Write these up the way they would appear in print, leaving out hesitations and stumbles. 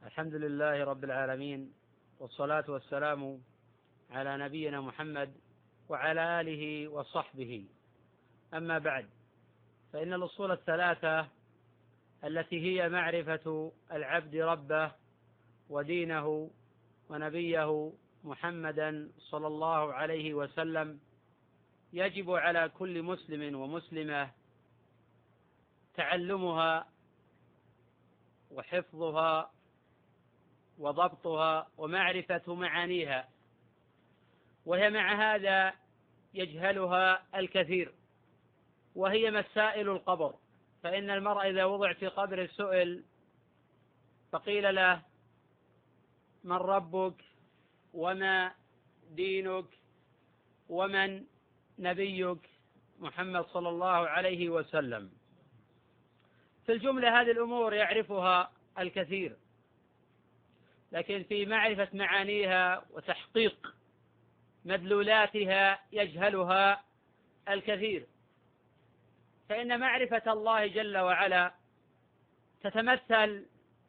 الحمد لله رب العالمين، والصلاة والسلام على نبينا محمد وعلى آله وصحبه. أما بعد، فإن الأصول الثلاثة التي هي معرفة العبد ربه ودينه ونبيه محمدا صلى الله عليه وسلم يجب على كل مسلم ومسلمة تعلمها وحفظها وضبطها ومعرفة معانيها، وهي مع هذا يجهلها الكثير، وهي مسائل القبر. فإن المرء إذا وضع في قبر سئل فقيل له: من ربك وما دينك ومن نبيك؟ محمد صلى الله عليه وسلم. في الجملة هذه الأمور يعرفها الكثير، لكن في معرفة معانيها وتحقيق مدلولاتها يجهلها الكثير. فإن معرفة الله جل وعلا تتمثل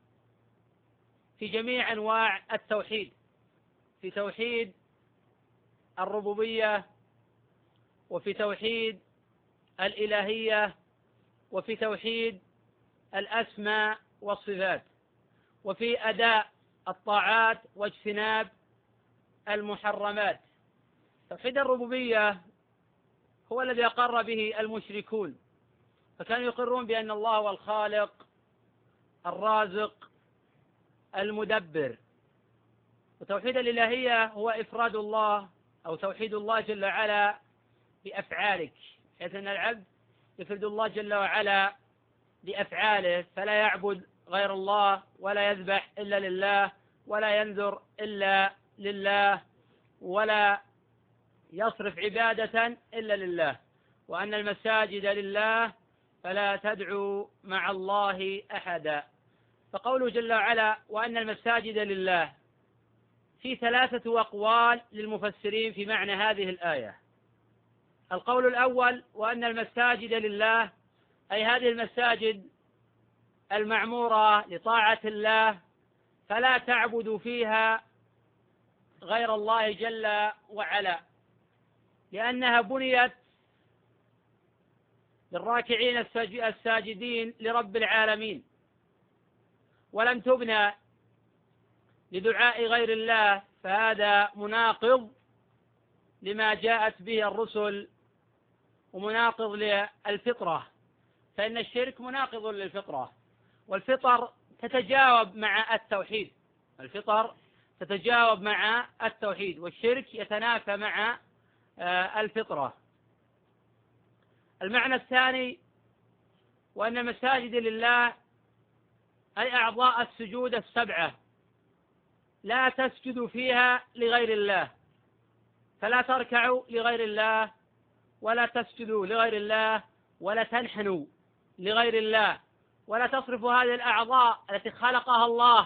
في جميع أنواع التوحيد، في توحيد الربوبية، وفي توحيد الإلهية، وفي توحيد الأسماء والصفات، وفي أداء الطاعات واجتناب المحرمات. توحيد الربوبية هو الذي أقر به المشركون، فكانوا يقرون بأن الله هو الخالق الرازق المدبر. وتوحيد الإلهية هو إفراد الله أو توحيد الله جل وعلا بأفعالك، حيث أن العبد يفرد الله جل وعلا بأفعاله، فلا يعبد غير الله، ولا يذبح إلا لله، ولا ينذر إلا لله، ولا يصرف عبادة إلا لله، وأن المساجد لله فلا تدعوا مع الله أحدا. فقوله جل وعلا وأن المساجد لله، في ثلاثة أقوال للمفسرين في معنى هذه الآية. القول الأول: وأن المساجد لله، أي هذه المساجد المعمورة لطاعة الله، فلا تعبدوا فيها غير الله جل وعلا، لأنها بنيت للراكعين الساجدين لرب العالمين، ولم تبنى لدعاء غير الله، فهذا مناقض لما جاءت به الرسل ومناقض للفطرة، فإن الشرك مناقض للفطرة، والفطر تتجاوب مع التوحيد، الفطر تتجاوب مع التوحيد، والشرك يتنافى مع الفطرة. المعنى الثاني: وأن مساجد لله، أي أعضاء السجود السبعة، لا تسجدوا فيها لغير الله، فلا تركعوا لغير الله، ولا تسجدوا لغير الله، ولا تنحنوا لغير الله، ولا تصرفوا هذه الأعضاء التي خلقها الله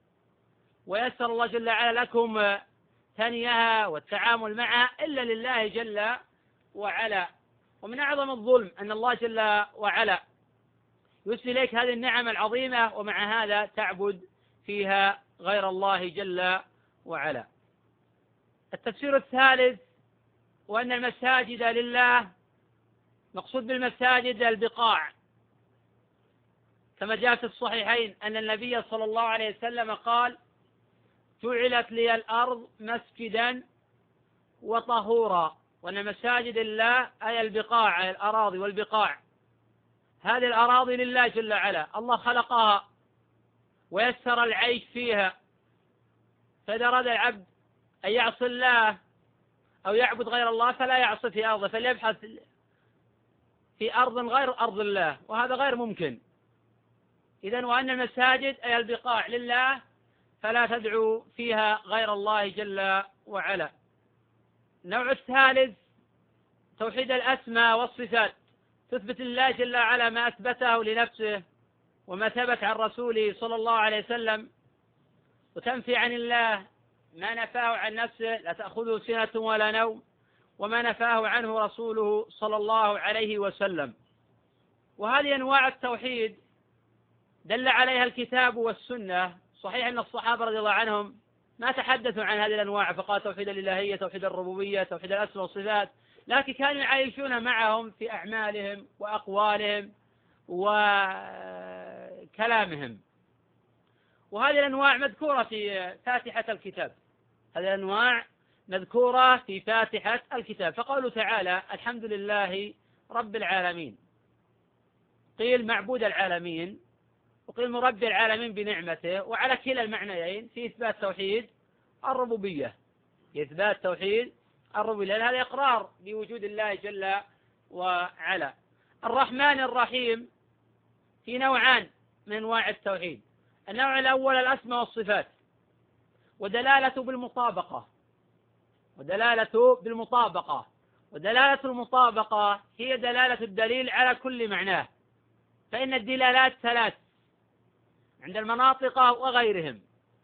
ويسر الله جل وعلا لكم ثنيها والتعامل معها إلا لله جل وعلا. ومن أعظم الظلم أن الله جل وعلا يسلي إليك هذه النعم العظيمة، ومع هذا تعبد فيها غير الله جل وعلا. التفسير الثالث: وأن المساجد لله، مقصود بالمساجد البقاع، كما جاء في الصحيحين أن النبي صلى الله عليه وسلم قال: جعلت لي الأرض مسجدا وطهورا. وأن مساجد الله أي البقاع، أي الأراضي والبقاع، هذه الأراضي لله جل وعلا، الله خلقها ويسر العيش فيها، فإذا أراد العبد أن يعصي الله أو يعبد غير الله فلا يعصي في أرضه، فليبحث في أرض غير أرض الله، وهذا غير ممكن. إذن وأن المساجد أي البقاع لله، فلا تدعوا فيها غير الله جل وعلا. النوع الثالث: توحيد الأسماء والصفات، تثبت لله جل وعلا ما أثبته لنفسه وما ثبت عن رسوله صلى الله عليه وسلم، وتنفي عن الله ما نفاه عن نفسه، لا تأخذه سنة ولا نوم، وما نفاه عنه رسوله صلى الله عليه وسلم. وهذه أنواع التوحيد دل عليها الكتاب والسنة صحيح أن الصحابة رضي الله عنهم ما تحدثوا عن هذه الأنواع، فقال توحيد الإلهية، توحيد الربوبية، توحيد الأسماء والصفات، لكن كانوا يعيشون معهم في أعمالهم وأقوالهم وكلامهم. وهذه الأنواع مذكورة في فاتحة الكتاب، هذه الأنواع مذكورة في فاتحة الكتاب. فقوله تعالى الحمد لله رب العالمين، قيل معبود العالمين وقيل مربي العالمين بنعمته، وعلى كلا المعنيين في إثبات توحيد الربوبية، في إثبات توحيد الربوبية، لأن هذا إقرار بوجود الله جل وعلا. الرحمن الرحيم في نوعان من أنواع التوحيد. النوع الأول الأسماء والصفات ودلالة بالمطابقة، ودلالة المطابقة هي دلالة الدليل على كل معناه، فإن الدلالات ثلاث عند المناطق وغيرهم،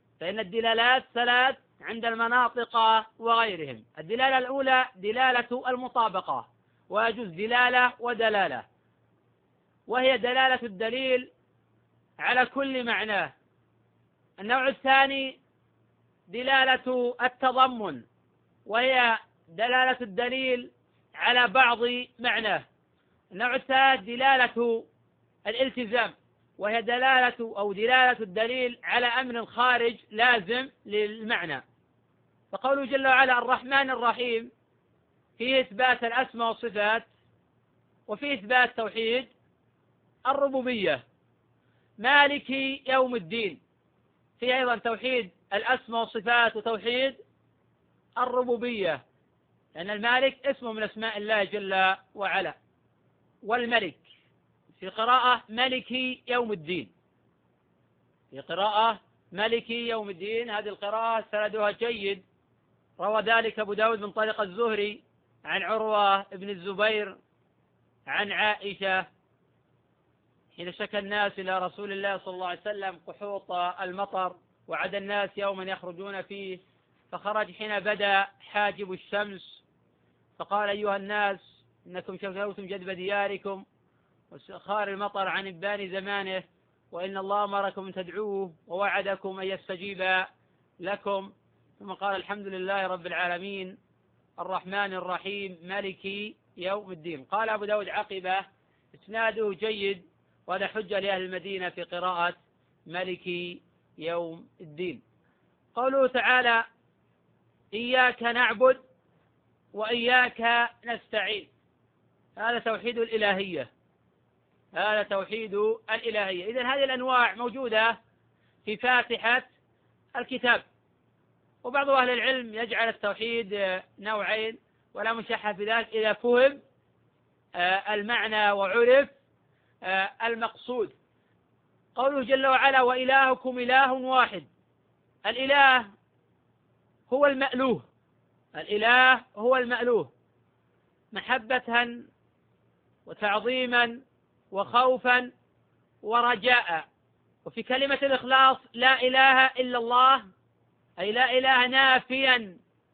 عند المناطق وغيرهم. الدلالة الأولى دلالة المطابقة، ويجوز دلالة ودلالة، وهي دلالة الدليل على كل معناه. النوع الثاني دلالة التضمن، وهي دلالة الدليل على بعض معناه. النوع الثالث دلالة الالتزام، وهي دلالة الدليل على أمر خارج لازم للمعنى. فقوله جل وعلا الرحمن الرحيم فيه إثبات الأسماء والصفات، وفيه إثبات توحيد الربوبية. مالك يوم الدين فيه أيضا توحيد الأسماء والصفات وتوحيد الربوبية، لأن المالك اسم من أسماء الله جل وعلا. والملك في قراءة ملكي يوم الدين، في قراءة ملكي يوم الدين، هذه القراءة سندها جيد، روى ذلك أبو داود من طريق الزهري عن عروة بن الزبير عن عائشة حين شكى الناس إلى رسول الله صلى الله عليه وسلم قحوط المطر، وعد الناس يوما يخرجون فيه، فخرج حين بدا حاجب الشمس فقال أيها الناس إنكم شكوتم جدب دياركم وسخار المطر عن إبان زمانه، وإن الله أمركم أن تدعوه ووعدكم أن يستجيب لكم. ثم قال الحمد لله رب العالمين الرحمن الرحيم مالك يوم الدين. قال أبو داود عقبه إسناده جيد، وهذا حجة لأهل المدينة في قراءة مالك يوم الدين. قوله تعالى إياك نعبد وإياك نستعين، هذا توحيد الإلهية، إذن هذه الأنواع موجودة في فاتحة الكتاب. وبعض أهل العلم يجعل التوحيد نوعين ولا مشاحة في ذلك إذا فهم المعنى وعرف المقصود. قوله جل وعلا وإلهكم إله واحد، الإله هو المألوه محبة وتعظيما وخوفا ورجاء. وفي كلمة الإخلاص لا إله إلا الله، أي لا إله نافيا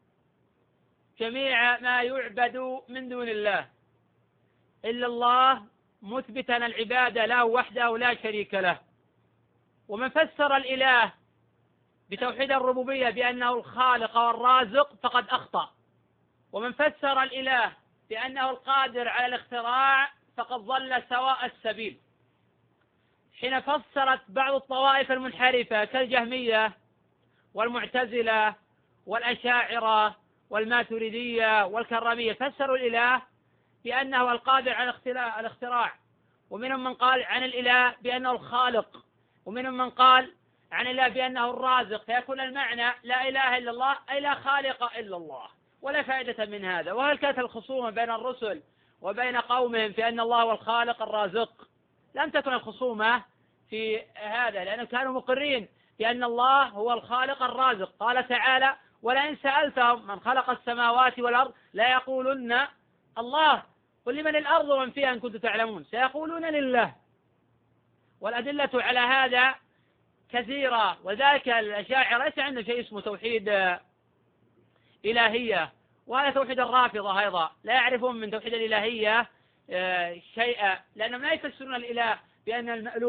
جميع ما يعبد من دون الله، إلا الله مثبتا العبادة له وحده لا شريك له. ومن فسر الإله بتوحيد الربوبية بأنه الخالق والرازق فقد أخطأ، ومن فسر الإله بأنه القادر على الاختراع فقد ضل سواء السبيل. حين فسرت بعض الطوائف المنحرفة كالجهمية والمعتزلة والأشاعرة والماتريدية والكرامية، فسروا الإله بأنه القادر على الاختراع، ومنهم من قال عن الإله بأنه الخالق، ومنهم من قال عن الإله بأنه الرازق، فيكون المعنى لا إله إلا الله أي لا خالق إلا الله، ولا فائدة من هذا. وهل كانت الخصومة بين الرسل وبين قومهم في أن الله هو الخالق الرازق؟ لم تكن الخصومة في هذا، لأنهم كانوا مقرين بأن الله هو الخالق الرازق. قال تعالى ولئن سألتهم من خلق السماوات والأرض لا يقولن الله قل لمن الأرض ومن فيها إن كنتم تعلمون سيقولون لله. والأدلة على هذا كثيرة، وذلك الأشاعرة ليس عندهم شيء اسمه توحيد إلهية، وهذا توحيد الرافضة أيضا لا يعرفون من توحيد الإلهية شيئا، لأنهم لا يفسرون الإله بأن المألوه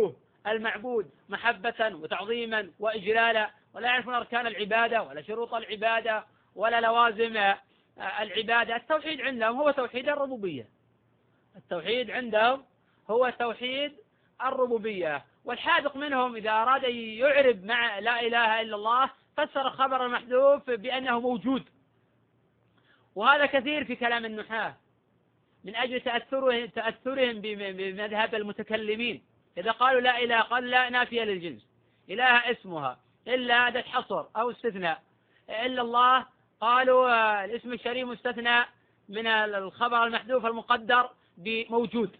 المعبود محبة وتعظيما وإجلالا، ولا يعرفون أركان العبادة ولا شروط العبادة ولا لوازم العبادة. التوحيد عندهم هو توحيد الربوبية، التوحيد عندهم هو توحيد الربوبية. والحاذق منهم إذا أراد أن يعرب مع لا إله إلا الله فسر الخبر المحذوف بأنه موجود، وهذا كثير في كلام النحاة من أجل تأثرهم بمذهب المتكلمين. إذا قالوا لا إله قال لا نافية للجنس، إله اسمها إلا هذا حصر أو استثناء، إلا الله قالوا الاسم الشريف مستثنى من الخبر المحذوف المقدر بموجود،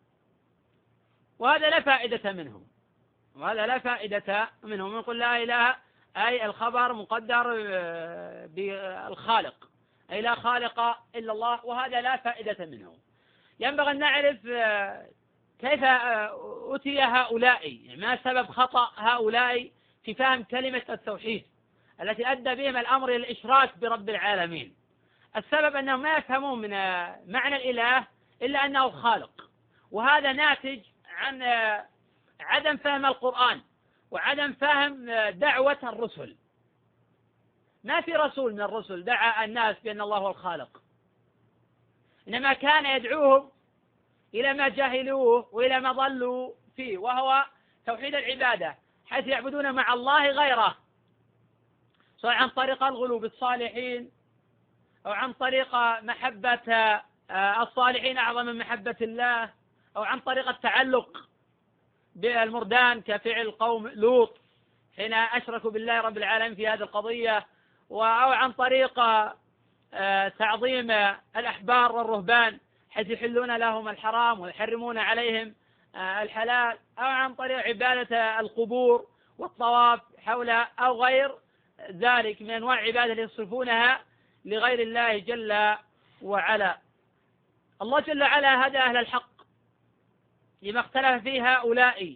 وهذا لا فائدة منهم، وهذا لا فائدة منهم. نقول لا إله أي الخبر مقدر بالخالق، أي لا خالق إلا الله، وهذا لا فائدة منه. ينبغي أن نعرف كيف أتي هؤلاء، ما سبب خطأ هؤلاء في فهم كلمة التوحيد التي أدى بهم الأمر إلى الإشراك برب العالمين. السبب أنهم ما يفهمون من معنى الإله إلا أنه خالق، وهذا ناتج عن عدم فهم القرآن وعدم فهم دعوة الرسل. ما في رسول من الرسل دعا الناس بأن الله هو الخالق، إنما كان يدعوهم إلى ما جاهلوه وإلى ما ضلوا فيه، وهو توحيد العبادة، حيث يعبدون مع الله غيره، سواء عن طريق الغلو بالصالحين أو عن طريق محبة الصالحين أعظم من محبة الله، أو عن طريق التعلق بالمردان كفعل قوم لوط حين أشركوا بالله رب العالمين في هذه القضية، أو عن طريق تعظيم الأحبار والرهبان حيث يحلون لهم الحرام ويحرمون عليهم الحلال، أو عن طريق عبادة القبور والطواف حولها، أو غير ذلك من أنواع العبادة يصرفونها لغير الله جل وعلا. الله جل وعلا هدى أهل الحق لما اختلف فيه هؤلاء،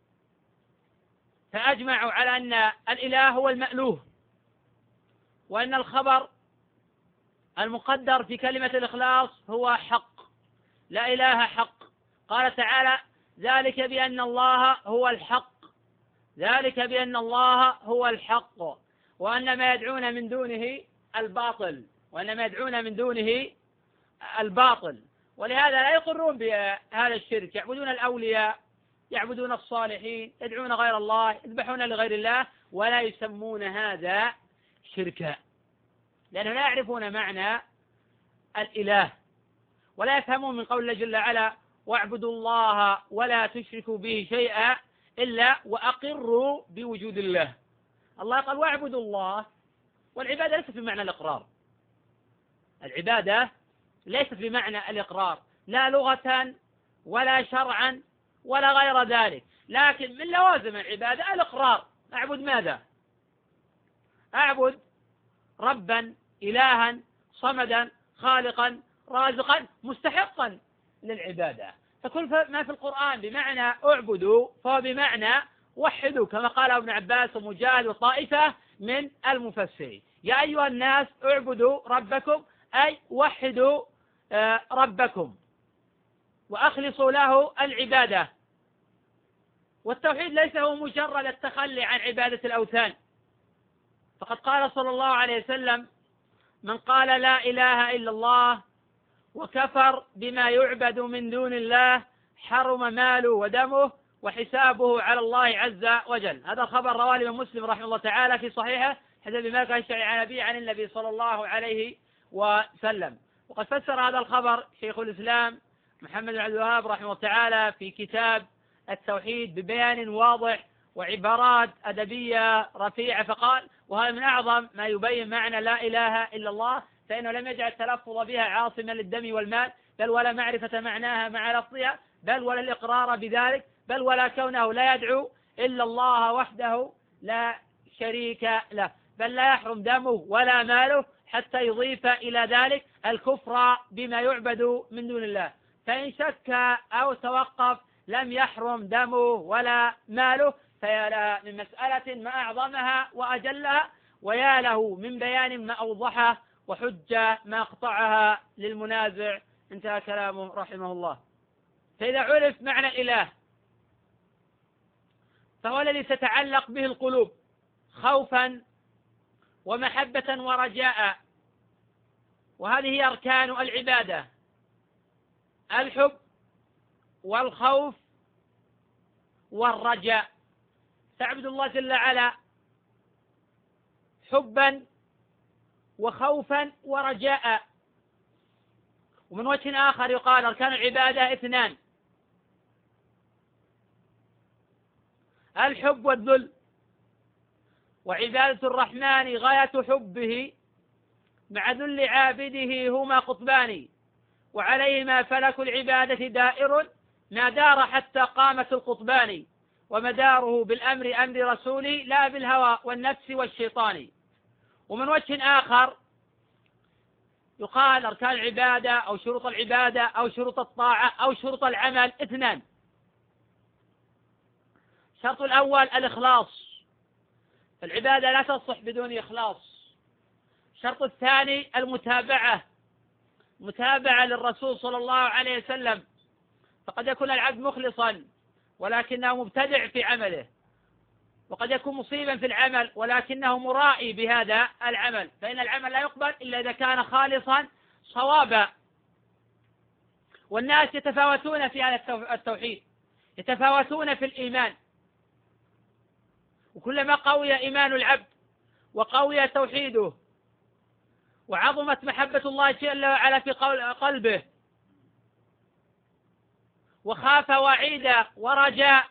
فأجمعوا على أن الإله هو المألوه، وأن الخبر المقدر في كلمة الإخلاص هو حق، لا إله حق. قال تعالى ذلك بأن الله هو الحق، ذلك بأن الله هو الحق، وأن ما يدعون من دونه الباطل، وأن ما يدعون من دونه الباطل. ولهذا لا يقرون بهذا الشرك، يعبدون الأولياء، يعبدون الصالحين، يدعون غير الله، يذبحون لغير الله، ولا يسمون هذا شركا، لأنهم لا يعرفون معنى الإله، ولا يفهمون من قول الله جل وعلا واعبدوا الله ولا تشركوا به شيئا إلا وأقروا بوجود الله. الله قال واعبدوا الله، والعبادة ليست بمعنى الإقرار، العبادة ليست بمعنى الإقرار لا لغة ولا شرعا ولا غير ذلك، لكن من لوازم العبادة الإقرار. أعبد ماذا؟ أعبد ربا إلها صمدا خالقا رازقا مستحقا للعبادة. فكل ما في القرآن بمعنى اعبدوا فهو بمعنى وحدوا، كما قال ابن عباس ومجاهد وطائفة من المفسرين. يا أيها الناس اعبدوا ربكم أي وحدوا ربكم وأخلصوا له العبادة. والتوحيد ليس هو مجرد التخلي عن عبادة الأوثان، فقد قال صلى الله عليه وسلم من قال لا إله إلا الله وكفر بما يعبد من دون الله حرم ماله ودمه وحسابه على الله عز وجل. هذا الخبر رواه الإمام مسلم رحمه الله تعالى في صحيحه حديث أبي مالك الأشعري عن أبيه عن النبي صلى الله عليه وسلم. وقد فسر هذا الخبر شيخ الإسلام محمد بن عبد الوهاب رحمه الله تعالى في كتاب التوحيد ببيان واضح وعبارات أدبية رفيعة، فقال وهذا من أعظم ما يبين معنى لا إله إلا الله، فإنه لم يجعل التلفظ بها عاصما للدم والمال، بل ولا معرفة معناها مع لفظها، بل ولا الإقرار بذلك، بل ولا كونه لا يدعو إلا الله وحده لا شريك له، بل لا يحرم دمه ولا ماله حتى يضيف إلى ذلك الكفر بما يعبد من دون الله. فإن شك أو توقف لم يحرم دمه ولا ماله، فيا لها من مسألة ما أعظمها وأجلها، ويا له من بيان ما أوضحه وحجة ما أقطعها للمنازع. انتهى كلامه رحمه الله. فإذا عرف معنى الإله فهو الذي تتعلق به القلوب خوفا ومحبة ورجاء، وهذه هي أركان العبادة: الحب والخوف والرجاء. تعبد الله جل وعلا حبا وخوفا ورجاء. ومن وجه آخر يقال أركان العبادة 2: الحب والذل. وعبادة الرحمن غاية حبه مع ذل عابده هما قطبان، وعليهما فلك العبادة دائر ما دار حتى قامت القطبان، ومداره بالأمر أمر رسولي لا بالهوى والنفس والشيطان. ومن وجه آخر يقال أركان العبادة أو شروط العبادة أو شروط الطاعة أو شروط العمل 2: الشرط الأول الإخلاص، فالعبادة لا تصح بدون إخلاص. الشرط الثاني المتابعة، متابعة للرسول صلى الله عليه وسلم، فقد يكون العبد مخلصا ولكنه مبتدع في عمله، وقد يكون مصيبا في العمل ولكنه مرائي بهذا العمل، فإن العمل لا يقبل إلا إذا كان خالصا صوابا. والناس يتفاوتون في هذا التوحيد، يتفاوتون في الإيمان، وكلما قوي إيمان العبد وقوي توحيده وعظمت محبة الله جل وعلا في قلبه وخاف وعيده ورجاء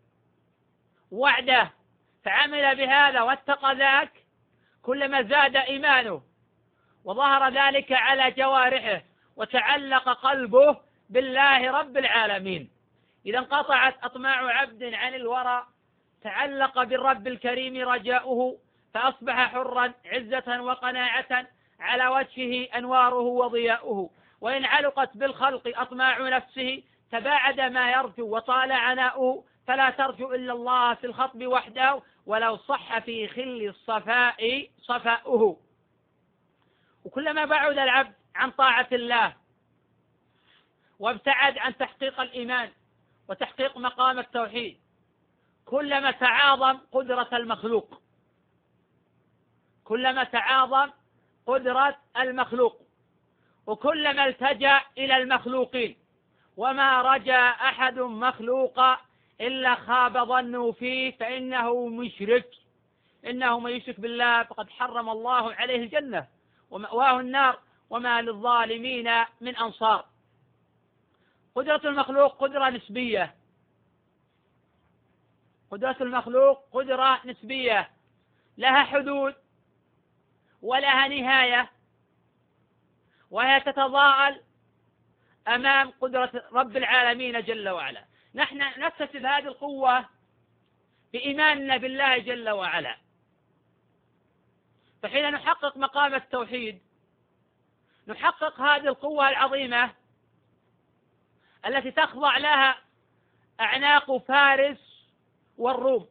وعده فعمل بهذا واتقى ذاك، كلما زاد إيمانه وظهر ذلك على جوارحه وتعلق قلبه بالله رب العالمين. إذا انقطعت أطماع عبد عن الورى تعلق بالرب الكريم رجاؤه، فأصبح حرا عزة وقناعة على وجهه أنواره وضياؤه. وإن علقت بالخلق أطماع نفسه تباعد ما يرجو وطال عناؤه، فلا ترجو إلا الله في الخطب وحده ولو صح في خل الصفاء صفاؤه. وكلما بعد العبد عن طاعة الله وابتعد عن تحقيق الإيمان وتحقيق مقام التوحيد، كلما تعاظم قدرة المخلوق، كلما تعاظم قدرة المخلوق، وكلما التجأ إلى المخلوقين. وما رجا أحد مخلوقا إلا خاب ظنه فيه فإنه مشرك، إنه من يشرك بالله فقد حرم الله عليه الجنة ومأواه النار وما للظالمين من أنصار. قدرة المخلوق قدرة نسبية، قدرة المخلوق قدرة نسبية لها حدود ولها نهاية، وهي تتضاءل أمام قدرة رب العالمين جل وعلا. نحن نكتسب هذه القوة بإيماننا بالله جل وعلا، فحين نحقق مقام التوحيد نحقق هذه القوة العظيمة التي تخضع لها أعناق فارس والروم.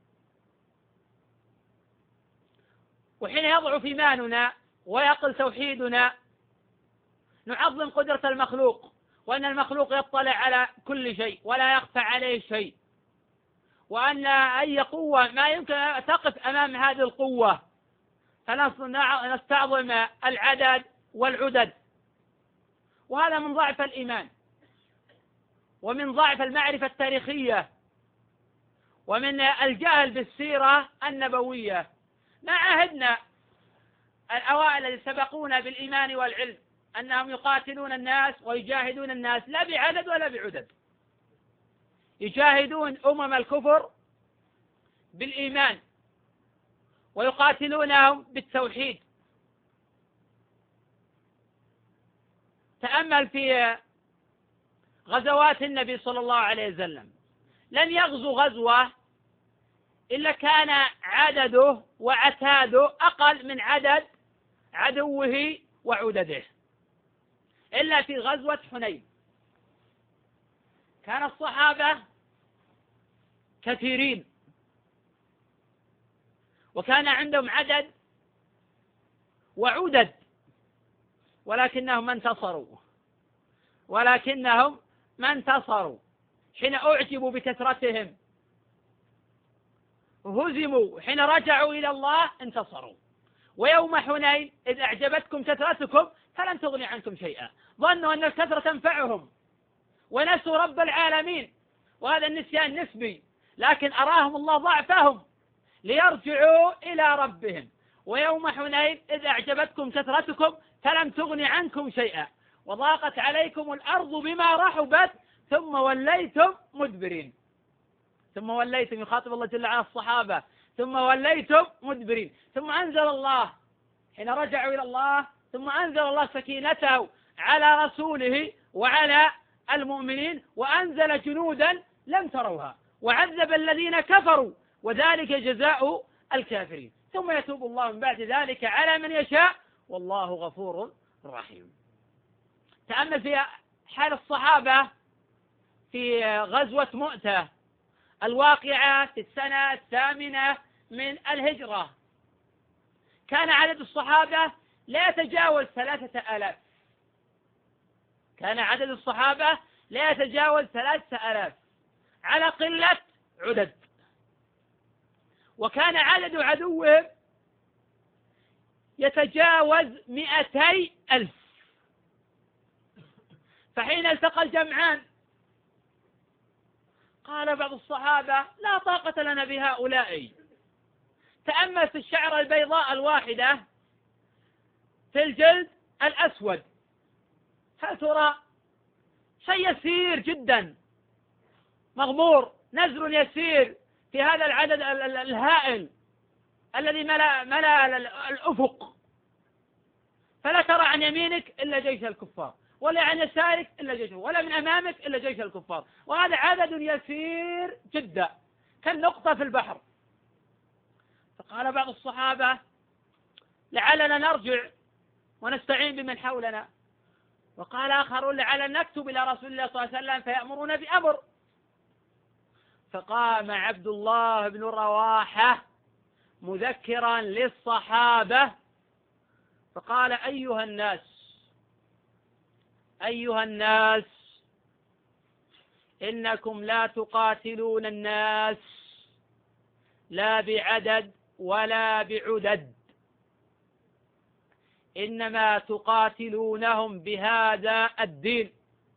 وحين يضعف إيماننا ويقل توحيدنا نعظم قدرة المخلوق، وأن المخلوق يطلع على كل شيء ولا يخفى عليه شيء، وأن أي قوة ما يمكن أن تقف أمام هذه القوة، فنستعظم العدد والعدد. وهذا من ضعف الإيمان ومن ضعف المعرفة التاريخية ومن الجهل بالسيرة النبوية. ما عاهدنا الأوائل الذين سبقونا بالإيمان والعلم أنهم يقاتلون الناس ويجاهدون الناس لا بعدد ولا بعدد، يجاهدون الكفر بالإيمان ويقاتلونهم بالتوحيد. تأمل في غزوات النبي صلى الله عليه وسلم، لن يغزو غزوة إلا كان عدده وعتاده أقل من عدد عدوه وعدده، إلا في غزوة حنين كان الصحابة كثيرين وكان عندهم عدد وعدد، ولكنهم ما انتصروا حين أعجبوا بكثرتهم هزموا حين رجعوا إلى الله انتصروا. ويوم حنين إذ أعجبتكم كثرتكم فلم تغن عنكم شيئا، ظنوا أن الكثرة تنفعهم ونسوا رب العالمين، وهذا النسيان نسبي، لكن أراهم الله ضعفهم ليرجعوا إلى ربهم. ويوم حنين إذ أعجبتكم كثرتكم فلم تغن عنكم شيئا وضاقت عليكم الأرض بما رحبت ثم وليتم مدبرين. ثم وليتم، يخاطب الله جل وعلا الصحابة، ثم وليتم مدبرين. ثم أنزل الله حين رجعوا إلى الله، ثم أنزل الله سكينته على رسوله وعلى المؤمنين، وأنزل جنودا لم تروها وعذب الذين كفروا وذلك جزاء الكافرين. ثم يتوب الله من بعد ذلك على من يشاء والله غفور رحيم. تأمل في حال الصحابة في غزوة مؤتة الواقعة في السنة 8 من الهجرة. كان عدد الصحابة لا يتجاوز 3000. كان عدد الصحابة لا يتجاوز 3000 على قلة عدد، وكان عدد عدوهم يتجاوز 200,000. فحين التقى الجمعان قال بعض الصحابة لا طاقة لنا بهؤلاء. تأمل في الشعر البيضاء الواحدة في الجلد الأسود، هل ترى شيء يسير جدا مغمور، نزر يسير في هذا العدد الهائل الذي ملأ الأفق، فلا ترى عن يمينك إلا جيش الكفار، ولا عن يسارك إلا جيش، ولا من أمامك إلا جيش الكفار، وهذا عدد يسير جدا كالنقطة في البحر. فقال بعض الصحابة لعلنا نرجع ونستعين بمن حولنا، وقال آخرون لعلنا نكتب إلى رسول الله صلى الله عليه وسلم فيأمرون بأمر. فقام عبد الله بن رواحة مذكرا للصحابة فقال أيها الناس إنكم لا تقاتلون الناس لا بعدد ولا بعدد، إنما تقاتلونهم بهذا الدين،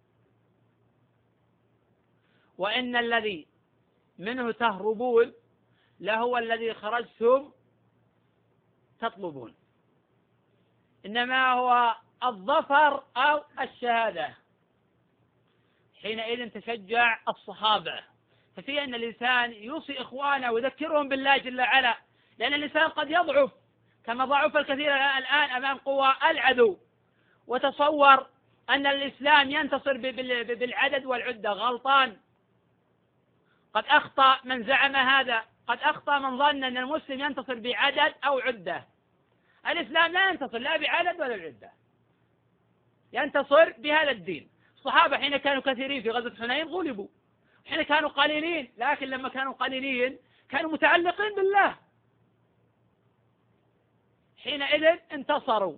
وإن الذي منه تهربون لهو الذي خرجتم تطلبون، إنما هو الظفر أو الشهادة. حينئذ تشجع الصحابة، ففي أن الإنسان يوصي إخوانه ويذكرهم بالله جل وعلا، لأن الإنسان قد يضعف كما ضعف الكثير الآن أمام قوى العدو، وتصور أن الإسلام ينتصر بالعدد والعدة، غلطان. قد أخطأ من زعم هذا، قد أخطأ من ظن أن المسلم ينتصر بعدد أو عدة. الإسلام لا ينتصر لا بعدد ولا بعدة، ينتصر بهذا الدين. الصحابة حين كانوا كثيرين في غزوة حنين غلبوا، حين كانوا قليلين، لكن لما كانوا قليلين كانوا متعلقين بالله، حينئذ انتصروا.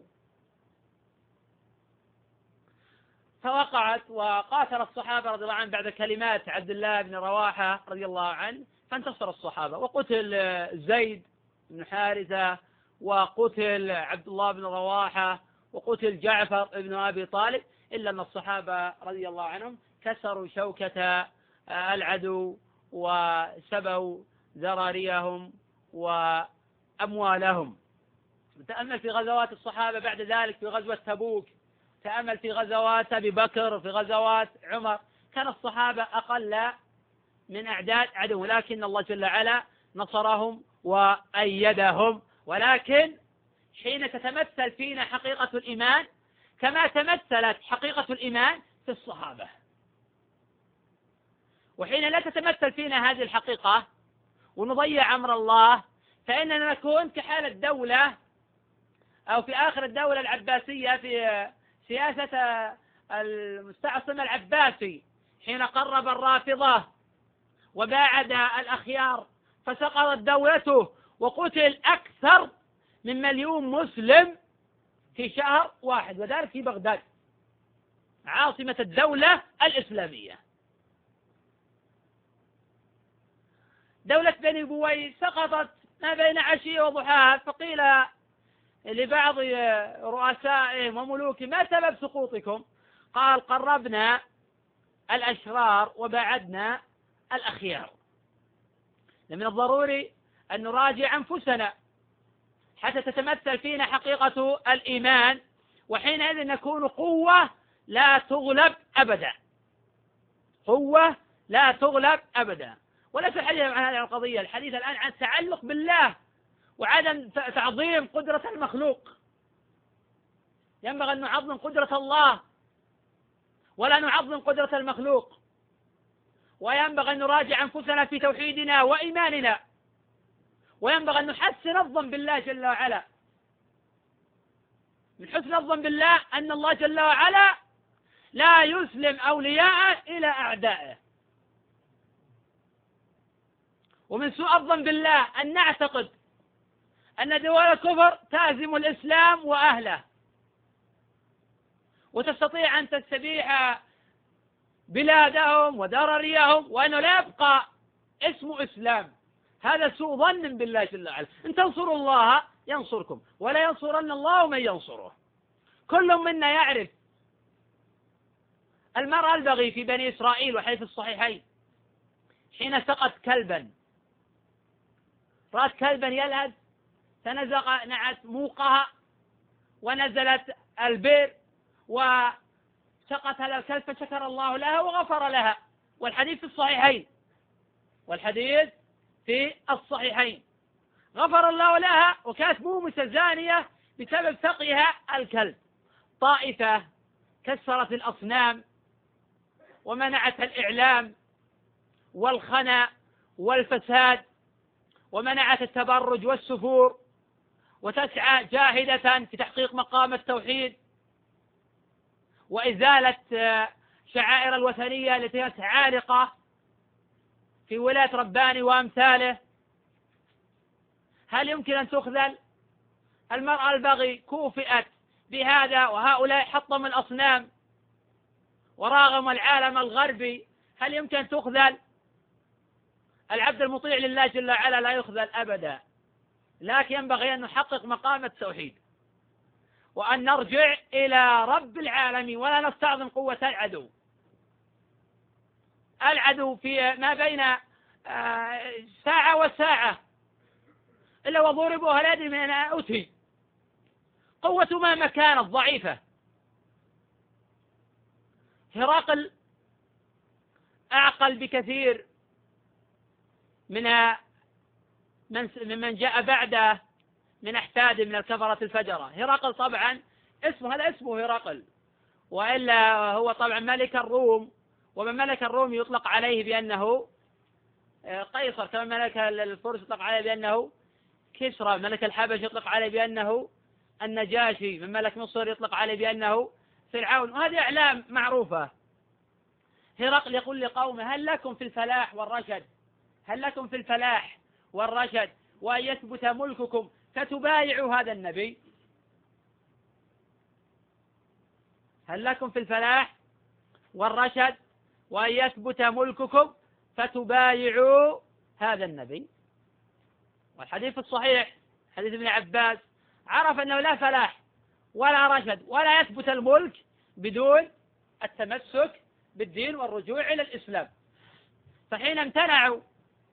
فوقعت وقاتل الصحابة رضي الله عنهم بعد كلمات عبد الله بن رواحة رضي الله عنه، فانتصر الصحابة، وقتل زيد بن حارثة، وقتل عبد الله بن رواحة، وقتل جعفر بن أبي طالب، إلا أن الصحابة رضي الله عنهم كسروا شوكة العدو وسبوا ذراريهم وأموالهم. تأمل في غزوات الصحابة بعد ذلك، في غزوة تبوك، تأمل في غزوات أبي بكر، في غزوات عمر، كان الصحابة أقل من أعداد عدو، لكن الله جل وعلا نصرهم وأيدهم. ولكن حين تتمثل فينا حقيقة الإيمان كما تمثلت حقيقة الإيمان في الصحابة، وحين لا تتمثل فينا هذه الحقيقة ونضيع أمر الله، فإننا نكون كحال الدولة أو في آخر الدولة العباسية في سياسة المستعصم العباسي، حين قرب الرافضة وباعد الأخيار فسقطت دولته وقتل أكثر من 1,000,000 مسلم في شهر واحد، وذلك في بغداد عاصمة الدولة الإسلامية. دولة بني بويس سقطت ما بين عشية وضحاها، فقيل لبعض رؤسائهم وملوكهم: ما سبب سقوطكم؟ قال: قربنا الأشرار وبعدنا الأخيار. من الضروري أن نراجع أنفسنا حتى تتمثل فينا حقيقة الإيمان، وحينئذ نكون قوة لا تغلب أبدا، قوة لا تغلب أبدا. وليس الحديث عن هذه القضية، الحديث الآن عن التعلق بالله وعدم تعظيم قدرة المخلوق. ينبغي أن نعظم قدرة الله ولا نعظم قدرة المخلوق، وينبغي أن نراجع أنفسنا في توحيدنا وإيماننا، وينبغي أن نحسن الظن بالله جل وعلا. من حسن الظن بالله أن الله جل وعلا لا يسلم أولياءه إلى أعدائه. ومن سوء الظن بالله أن نعتقد أن دول الكفر تهزم الإسلام وأهله وتستطيع أن تستبيح بلادهم ودرريهم، وأنه لا يبقى اسم إسلام. هذا سوء ظن بالله جل وعلا. إن تنصروا الله ينصركم ولا ينصرن الله من ينصره. كل منا يعرف المرأة البغي في بني إسرائيل وحيث الصحيحين حين سقت كلبا، رأت كلبا يلهث فنزعت موقها ونزلت البئر وسقت هذا الكلب، فشكر الله لها وغفر لها. والحديث في الصحيحين، والحديث في الصحيحين. غفر الله لها وكانت مومسة زانية بسبب سقيها الكلب. طائفة كسرت الأصنام ومنعت الإعلام والخنا والفساد ومنعت التبرج والسفور، وتسعى جاهدة في تحقيق مقام التوحيد وإزالة شعائر الوثنية التي كانت عالقة في ولاية رباني وأمثاله. هل يمكن أن تخذل؟ المرأة البغي كوفئت بهذا، وهؤلاء حطموا الأصنام وراغموا العالم الغربي. هل يمكن أن تخذل؟ العبد المطيع لله جل وعلا لا يخذل أبدا، لكن ينبغي أن نحقق مقام التوحيد وأن نرجع إلى رب العالمين ولا نستعظم قوة العدو. العدو في ما بين ساعة وساعة إلا وضربوا هل يدري من أين أتي. قوة مهما كانت ضعيفة. هرقل أعقل بكثير من جاء بعده من أحفاده من الكفرة الفجرة. هرقل طبعا هذا اسمه هرقل، وإلا هو طبعا ملك الروم، ومن ملك الروم يطلق عليه بأنه قيصر، كما ملك الفرس يطلق عليه بأنه كسرى، ملك الحبش يطلق عليه بأنه النجاشي، من ملك مصر يطلق عليه بأنه فرعون، وهذه أعلام معروفة. هرقل يقول لقومه: هل لكم في الفلاح والرشد؟ هل لكم في الفلاح والرشد وأن يثبت ملككم فتبايعوا هذا النبي؟ هل لكم في الفلاح والرشد وأن يثبت ملككم فتبايعوا هذا النبي؟ والحديث الصحيح حديث ابن عباس عرف أنه لا فلاح ولا رشد ولا يثبت الملك بدون التمسك بالدين والرجوع إلى الإسلام. فحين امتنعوا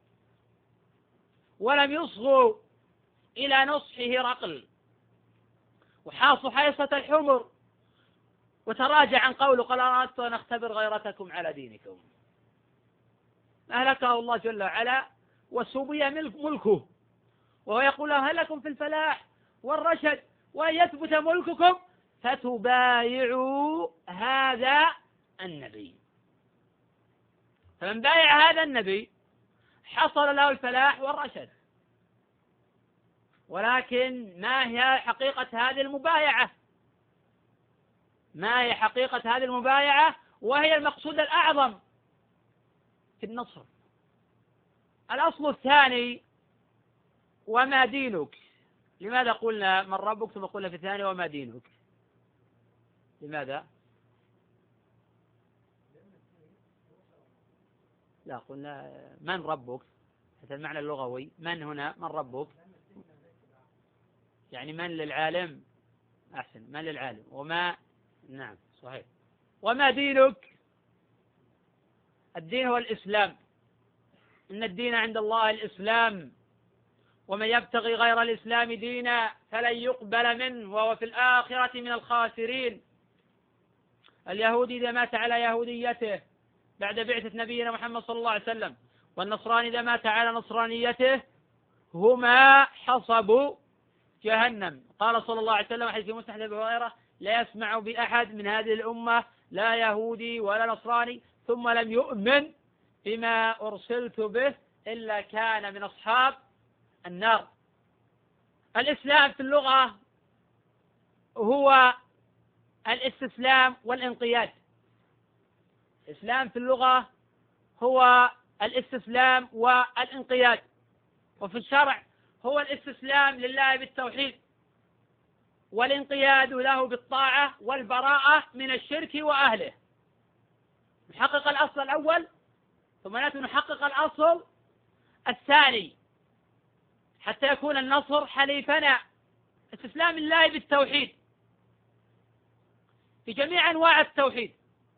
ولم يصغوا إلى نصح هرقل وحاصوا حيصة الحمر وتراجع عن قوله قال: أردت أن أختبر غيرتكم على دينكم، أهلكه الله جل وعلا وسبي ملكه، وهو يقول لهم: هل لكم في الفلاح والرشد وأن يثبت ملككم فتبايعوا هذا النبي. فمن بايع هذا النبي حصل له الفلاح والرشد. ولكن ما هي حقيقة هذه المبايعة؟ ما هي حقيقة هذه المبايعة؟ وهي المقصود الأعظم في النصر. الأصل الثاني: وما دينك. لماذا قلنا من ربك ثم قلنا في الثاني وما دينك؟ لماذا؟ لا، قلنا من ربك هذا المعنى اللغوي. من هنا؟ من ربك؟ يعني من للعالم؟ أحسن، من للعالم. وما، نعم صحيح. وما دينك؟ الدين هو الإسلام، إن الدين عند الله الإسلام، ومن يبتغي غير الإسلام دينا فلن يقبل منه وهو في الآخرة من الخاسرين. اليهودي إذا مات على يهوديته بعد بعثة نبينا محمد صلى الله عليه وسلم، والنصراني إذا مات على نصرانيته، هما حصب جهنم. قال صلى الله عليه وسلم حديث مسند أبي هريرة: لا يسمع بأحد من هذه الأمة لا يهودي ولا نصراني ثم لم يؤمن بما أرسلت به إلا كان من أصحاب النار. الإسلام في اللغة هو الاستسلام والانقياد. الإسلام في اللغة هو الاستسلام والانقياد، وفي الشرع هو الاستسلام لله بالتوحيد والانقياد له بالطاعة والبراءة من الشرك وأهله. نحقق الأصل الأول ثم نأتي نحقق الأصل الثاني حتى يكون النصر حليفنا. استسلام الله بالتوحيد في جميع أنواع التوحيد،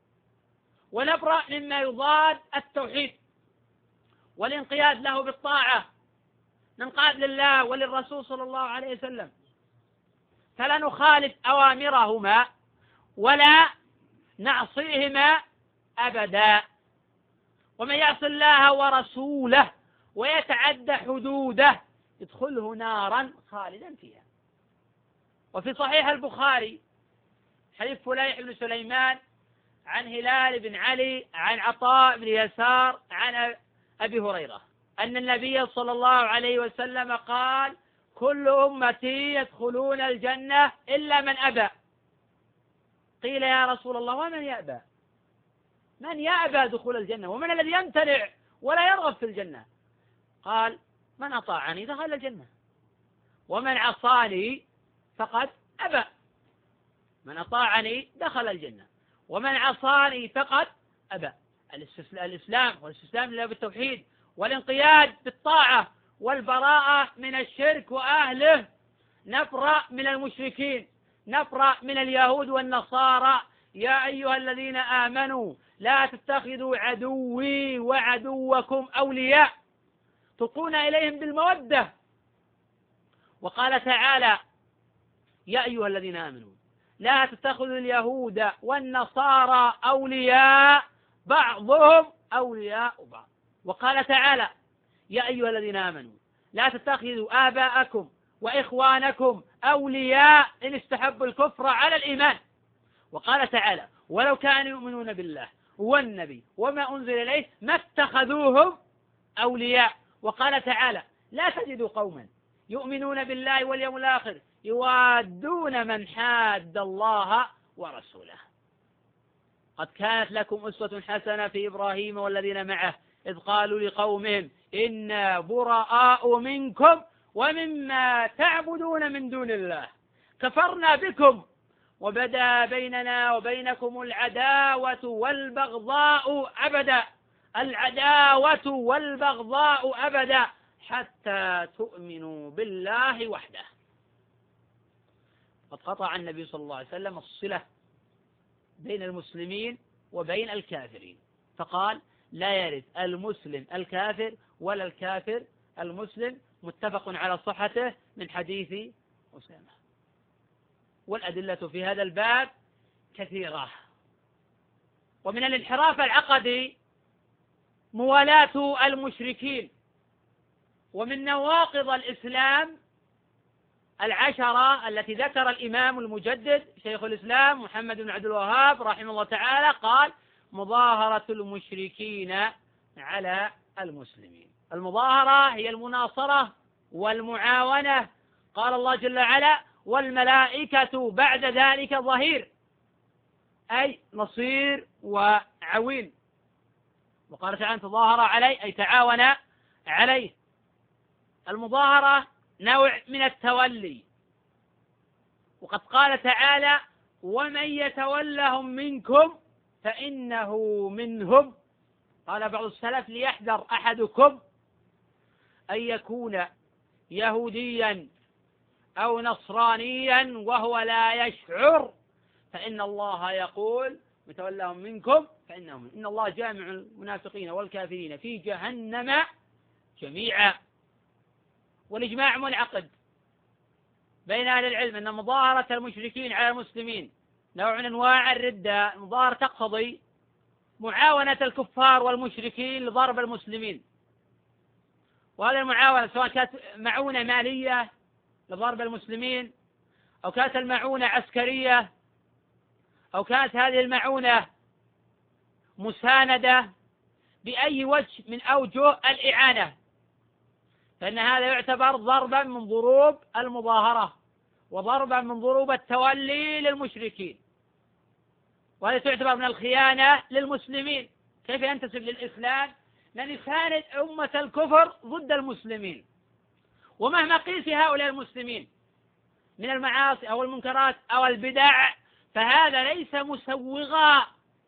ونبرأ مما يضاد التوحيد، والانقياد له بالطاعة، ننقاد لله وللرسول صلى الله عليه وسلم، فلا نخالف أوامرهما ولا نعصيهما أبدا. ومن يعص الله ورسوله ويتعدى حدوده يدخله نارا خالدا فيها. وفي صحيح البخاري حديث فليح بن سليمان عن هلال بن علي عن عطاء بن يسار عن أبي هريرة أن النبي صلى الله عليه وسلم قال: كل أمتي يدخلون الجنة إلا من أبى. قيل: يا رسول الله ومن يأبى؟ من يأبى دخول الجنة؟ ومن الذي يمتنع ولا يرغب في الجنة؟ قال: من أطاعني دخل الجنة، ومن عصاني فقد أبى. من أطاعني دخل الجنة، ومن عصاني فقد أبى. الإسلام والاستسلام لله بالتوحيد والانقياد بالطاعة والبراءة من الشرك وأهله. نبرأ من المشركين، نبرأ من اليهود والنصارى. يا أيها الذين آمنوا لا تتخذوا عدوي وعدوكم أولياء تلقون إليهم بالمودة. وقال تعالى: يا أيها الذين آمنوا لا تتخذوا اليهود والنصارى أولياء بعضهم أولياء بعض. وقال تعالى: يا أيها الذين آمنوا لا تتخذوا آباءكم وإخوانكم أولياء إن استحبوا الكفر على الإيمان. وقال تعالى: ولو كانوا يؤمنون بالله والنبي وما أنزل إليه ما اتخذوهم أولياء. وقال تعالى: لا تجد قوما يؤمنون بالله واليوم الآخر يوادون من حاد الله ورسوله. قد كانت لكم أسوة حسنة في إبراهيم والذين معه إذ قالوا لقومهم إنا براء منكم ومما تعبدون من دون الله كفرنا بكم وبدا بيننا وبينكم العداوة والبغضاء أبدا، العداوة والبغضاء أبدا حتى تؤمنوا بالله وحده. قد قطع النبي صلى الله عليه وسلم الصلة بين المسلمين وبين الكافرين، فقال: لا يرث المسلم الكافر ولا الكافر المسلم، متفق على صحته من حديث أسامة. والأدلة في هذا الباب كثيرة. ومن الانحراف العقدي موالاة المشركين. ومن نواقض الإسلام 10 التي ذكر الإمام المجدد شيخ الإسلام محمد بن عبد الوهاب رحمه الله تعالى، قال: مظاهرة المشركين على المسلمين. المظاهرة هي المناصرة والمعاونة. قال الله جل وعلا: والملائكة بعد ذلك ظهير، أي نصير وعوين. وقال تعالى: تظاهر عليه أي تعاون عليه. المظاهرة نوع من التولي، وقد قال تعالى: ومن يتولهم منكم فإنه منهم. قال بعض السلف: ليحذر أحدكم أن يكون يهوديا أو نصرانيا وهو لا يشعر، فإن الله يقول متولاهم منكم فإنهم إن الله جامع المنافقين والكافرين في جهنم جميعا. والإجماع منعقد بين أهل العلم أن مظاهرة المشركين على المسلمين نوع من أنواع الردة. المظاهرة تقتضي معاونة الكفار والمشركين لضرب المسلمين، وهذه المعاونة سواء كانت معونة مالية لضرب المسلمين، أو كانت المعونة عسكرية، أو كانت هذه المعونة مساندة بأي وجه من أوجه الإعانة، فإن هذا يعتبر ضربا من ضروب المظاهرة وضربا من ضروب التولي للمشركين، وهذا تعتبر من الخيانة للمسلمين. كيف ينتسب للإسلام من يساند أمة الكفر ضد المسلمين؟ ومهما قيل في هؤلاء المسلمين من المعاصي أو المنكرات أو البدع، فهذا ليس مسوغا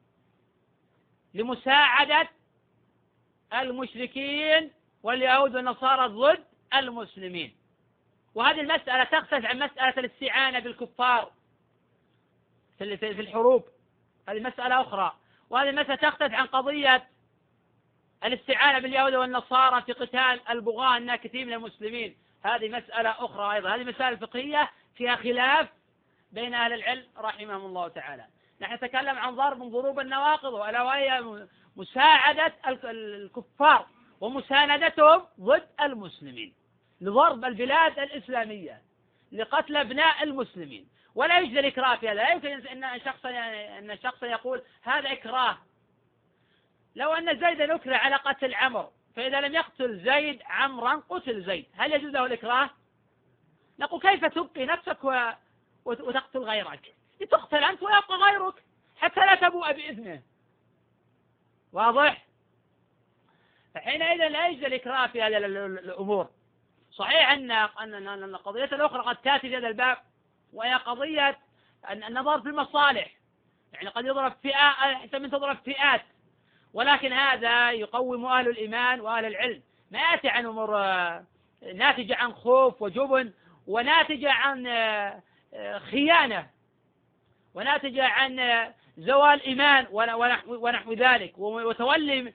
لمساعدة المشركين واليهود والنصارى ضد المسلمين. وهذه المسألة تختلف عن مسألة الاستعانة بالكفار في الحروب، هذه مسألة أخرى. وهذه المسألة تختلف عن قضية الاستعانة باليهود والنصارى في قتال البغاة الناكثين من المسلمين، هذه مسألة أخرى أيضا. هذه مسائل فقهية فيها خلاف بين أهل العلم رحمهم الله تعالى. نحن نتكلم عن ضرب من ضروب النواقض، وألا وهي مساعدة الكفار ومساندتهم ضد المسلمين لضرب البلاد الإسلامية لقتل أبناء المسلمين. ولا يوجد الإكراه في هذا. لا يمكن أن شخصا يقول هذا إكراه. لو أن زيدا أكره على قتل عمرو، فإذا لم يقتل زيد عمرا قتل زيد، هل يجوز له الإكراه؟ نقول كيف تبقي نفسك وتقتل غيرك؟ تقتل أنت ويبقى غيرك حتى لا تبوء بإذنه. واضح؟ فحينئذ لا يوجد الإكراه في هذه الأمور. صحيح أن القضية الأخرى قد تأتي في هذا الباب، وهي قضية النظر في المصالح. يعني قد يضرب فئة حتى من تضرب فئات، ولكن هذا يقوم أهل الإيمان وأهل العلم. ما يأتي عن أمور ناتجة عن خوف وجبن، وناتجة عن خيانة، وناتجة عن زوال إيمان ونحو ذلك، وتولي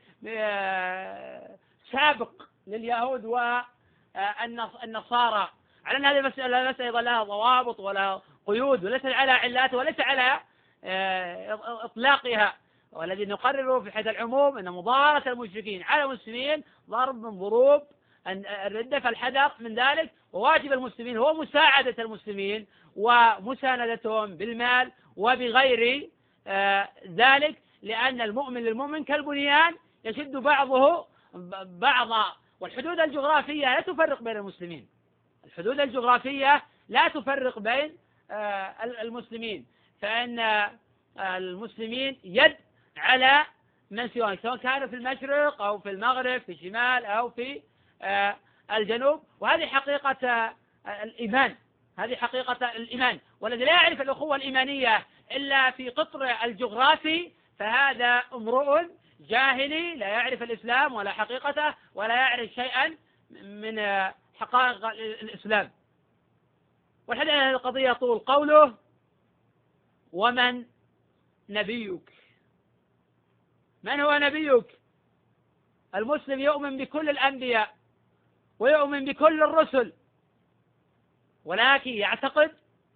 سابق لليهود والنصارى، على أن هذه المسألة ليس أيضا لها ضوابط ولا قيود، وليس على علات وليس على إطلاقها. والذي نقرره في حيث العموم أن مظاهرة المشركين على المسلمين ضرب من ضروب الردة، فالحذر من ذلك. وواجب المسلمين هو مساعدة المسلمين ومساندتهم بالمال وبغير ذلك، لأن المؤمن للمؤمن كالبنيان يشد بعضه بعضا. والحدود الجغرافية لا تفرق بين المسلمين، الحدود الجغرافية لا تفرق بين المسلمين، فإن المسلمين يد على من سواء، سواء كانوا في المشرق أو في المغرب، في الشمال أو في الجنوب. وهذه حقيقة الإيمان، هذه حقيقة الإيمان. والذي لا يعرف الأخوة الإيمانية إلا في قطر الجغرافي فهذا امرؤ جاهلي لا يعرف الإسلام ولا حقيقته ولا يعرف شيئا من حقائق الإسلام. والحديث عن هذه القضية طول قوله ومن نبيك. من هو نبيك؟ المسلم يؤمن بكل الأنبياء ويؤمن بكل الرسل، ولكن يعتقد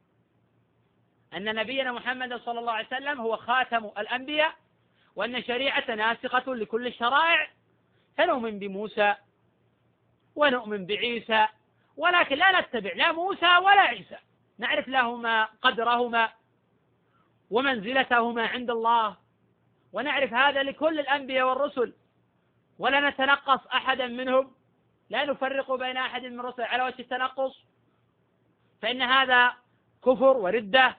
أن نبينا محمد صلى الله عليه وسلم هو خاتم الأنبياء، وأن شريعة ناسخة لكل الشرائع، فنؤمن بموسى ونؤمن بعيسى، ولكن لا نتبع لا موسى ولا عيسى، نعرف لهما قدرهما ومنزلتهما عند الله، ونعرف هذا لكل الأنبياء والرسل، ولا نتنقص أحدا منهم، لا نفرق بين أحد من الرسل على وجه التنقص، فإن هذا كفر وردة.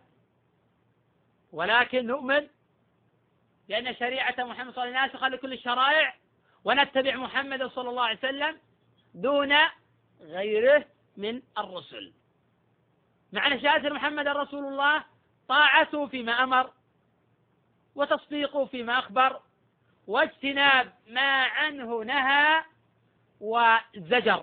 ولكن نؤمن لأن شريعة محمد صلى الله عليه وسلم ناسخة لكل الشرائع، ونتبع محمد صلى الله عليه وسلم دون غيره من الرسل. معنى شهادة محمد رسول الله طاعته فيما أمر، وتصديقه فيما أخبر، واجتناب ما عنه نهى وزجر.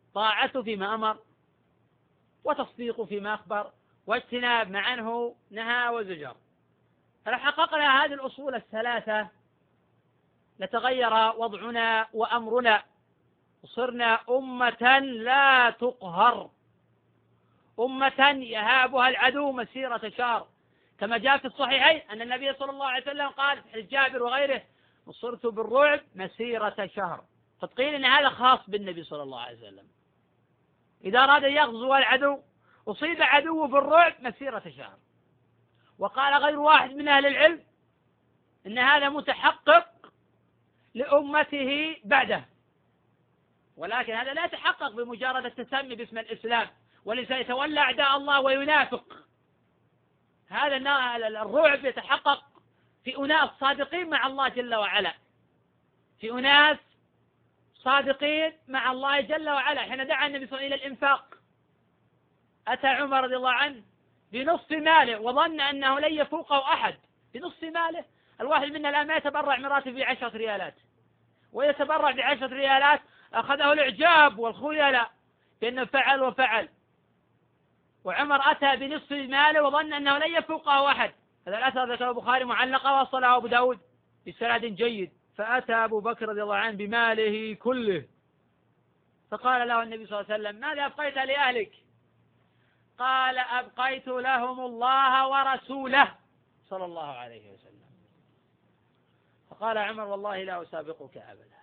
طاعته فيما أمر، وتصديقه فيما أخبر، واجتناب ما عنه نهى وزجر. فلو حققنا هذه الأصول الثلاثة لتغير وضعنا وأمرنا، وصرنا أمة لا تقهر، أمة يهابها العدو مسيرة شهر، كما جاء في الصحيحين أن النبي صلى الله عليه وسلم قال في حديث جابر وغيره: نصرت بالرعب مسيرة شهر. فتقيل أن هذا خاص بالنبي صلى الله عليه وسلم، إذا أراد أن يغزو العدو أصيب عدوه بالرعب مسيرة شهر. وقال غير واحد من أهل العلم إن هذا متحقق لأمته بعده، ولكن هذا لا يتحقق بمجرد التسمي باسم الإسلام، ولذا يتولى أعداء الله وينافق. هذا الرعب يتحقق في أناس صادقين مع الله جل وعلا، في أناس صادقين مع الله جل وعلا. حين دعا النبي صلى الله عليه وسلم إلى الإنفاق، أتى عمر رضي الله عنه بنصف ماله وظن أنه لن يفوقه أحد، بنصف ماله. الواحد منا الآن ما يتبرع من راتبه ب10 ريالات، ويتبرع ب10 ريالات أخذه الإعجاب والخيلاء بأنه فعل وفعل. وعمر أتى بنصف ماله وظن أنه لن يفوقه أحد. هذا الأثر ذكره البخاري معلقا وصله أبو داود بسند جيد. فأتى أبو بكر رضي الله عنه بماله كله، فقال له النبي صلى الله عليه وسلم: ماذا أبقيت لأهلك؟ قال: أبقيت لهم الله ورسوله صلى الله عليه وسلم. فقال عمر: والله لا أسابقك أبدا.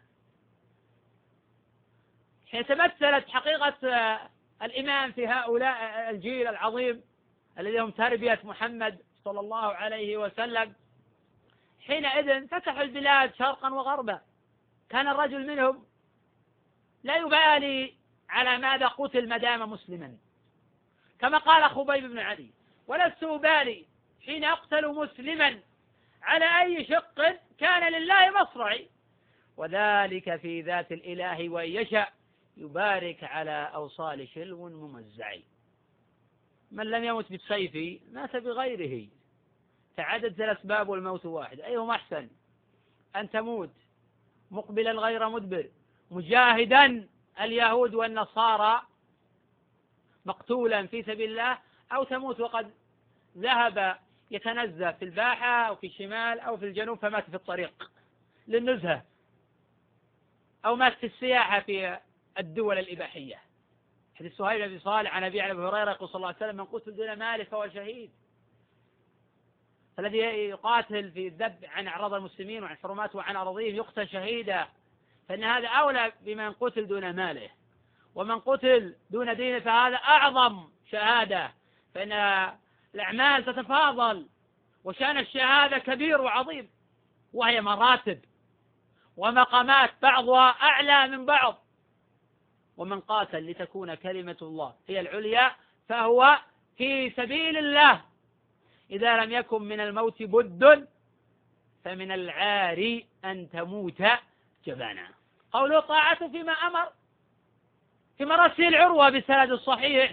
حين تمثلت حقيقة الإمام في هؤلاء الجيل العظيم الذي هم تربية محمد صلى الله عليه وسلم، حينئذ فتحوا البلاد شرقا وغربا. كان الرجل منهم لا يبالي على ماذا قتل ما دام مسلما، كما قال خبيب بن علي: ولست أبالي حين أقتل مسلما على أي شق كان لله مصرعي، وذلك في ذات الإله وإن يشاء يبارك على أوصال شلو ممزعي. من لم يمت بالسيف مات بغيره، تعددت الأسباب والموت واحد. أيهما أحسن؟ أن تموت مقبلا غير مدبر مجاهدا اليهود والنصارى مقتولا في سبيل الله، أو تموت وقد ذهب يتنزه في الباحة أو في الشمال أو في الجنوب فمات في الطريق للنزهة، أو مات في السياحة في الدول الإباحية. حديث سهيل بن صالح عن أبي هريرة يقول صلى الله عليه وسلم: من قتل دون ماله فهو شهيد. فالذي يقاتل في الذب عن أعراض المسلمين وعن حرمات وعن أراضيهم يقتل شهيدا، فإن هذا أولى بمن قتل دون ماله. ومن قتل دون دينه فهذا أعظم شهادة، فإن الأعمال تتفاضل، وشأن الشهادة كبير وعظيم، وهي مراتب ومقامات بعضها أعلى من بعض. ومن قاتل لتكون كلمة الله هي العليا فهو في سبيل الله. إذا لم يكن من الموت بد فمن العار أن تموت جبانا. قوله طاعته فيما أمر، في مراسيل عروة بالسند الصحيح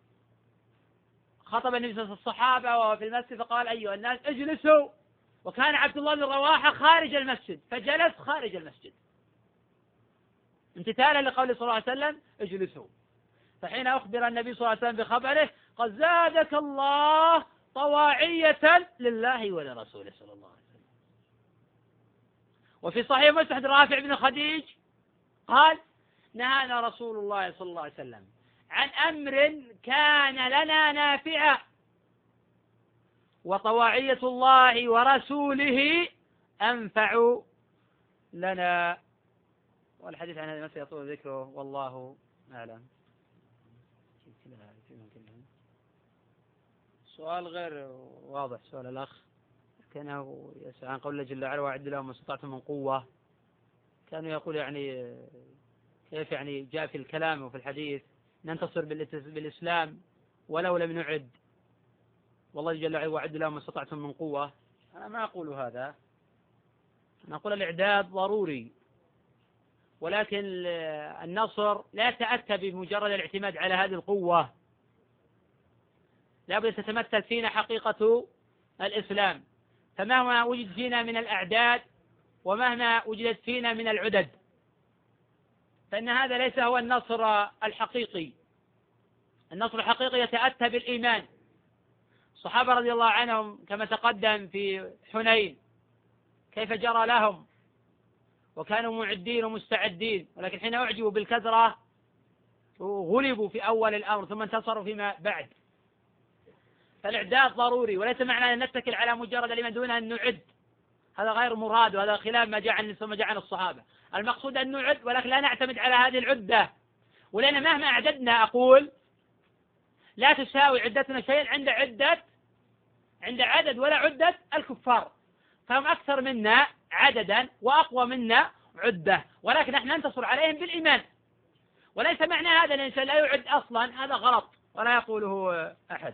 خطب النبي صلى الله عليه وسلم الصحابة وهو في المسجد فقال: أيها الناس اجلسوا. وكان عبد الله بن رواحة خارج المسجد فجلس خارج المسجد امتثالا لقول صلى الله عليه وسلم: اجلسوا. فحين أخبر النبي صلى الله عليه وسلم بخبره قد زادك الله طواعية لله ولرسوله صلى الله عليه وسلم. وفي صحيح مسند رافع بن خديج قال: نهانا رسول الله صلى الله عليه وسلم عن أمر كان لنا نافعا، وطواعية الله ورسوله أنفع لنا. والحديث عن هذه المسألة يطول ذكره والله أعلم. سؤال غير واضح سؤال الأخ، كانه يسأل عن قول الله جل وعلا: وأعد لهم ما استطعتم من قوة. كانوا يقول يعني كيف يعني جاء في الكلام وفي الحديث ننتصر بالإسلام ولو لم نعد، والله جل وعلا: وأعد لهم ما استطعتم من قوة. أنا ما أقول هذا، أنا أقول الإعداد ضروري، ولكن النصر لا يتأتى بمجرد الاعتماد على هذه القوة، لا بد تتمثل فينا حقيقة الإسلام. فمهما وجد فينا من الأعداد ومهما وجدت فينا من العدد فإن هذا ليس هو النصر الحقيقي. النصر الحقيقي يتأتى بالإيمان. الصحابة رضي الله عنهم كما تقدم في حنين كيف جرى لهم، وكانوا معدين ومستعدين، ولكن حين أعجبوا بالكثرة غلبوا في أول الأمر ثم انتصروا فيما بعد. فالإعداد ضروري، وليس معنى أن نتكل على مجرد الإيمان دون أن نعد، هذا غير مراد، وهذا خلاف ما جاء عن الصحابة. المقصود أن نعد، ولكن لا نعتمد على هذه العدة، ولأن مهما أعددنا أقول لا تساوي عدتنا شيئا عند عدد ولا عدة الكفار، فهم أكثر منا عددا وأقوى منا عدة، ولكن نحن ننتصر عليهم بالإيمان. وليس معنى هذا أن الإنسان لا يعد أصلا، هذا غلط ولا يقوله أحد.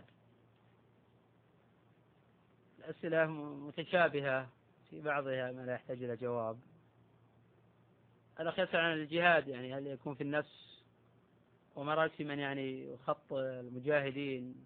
الأسئلة متشابهة في بعضها ما لا يحتاج إلى جواب. الأخ يسأل عن الجهاد، يعني هل يكون في النفس، وما رأيك في من يعني يخط المجاهدين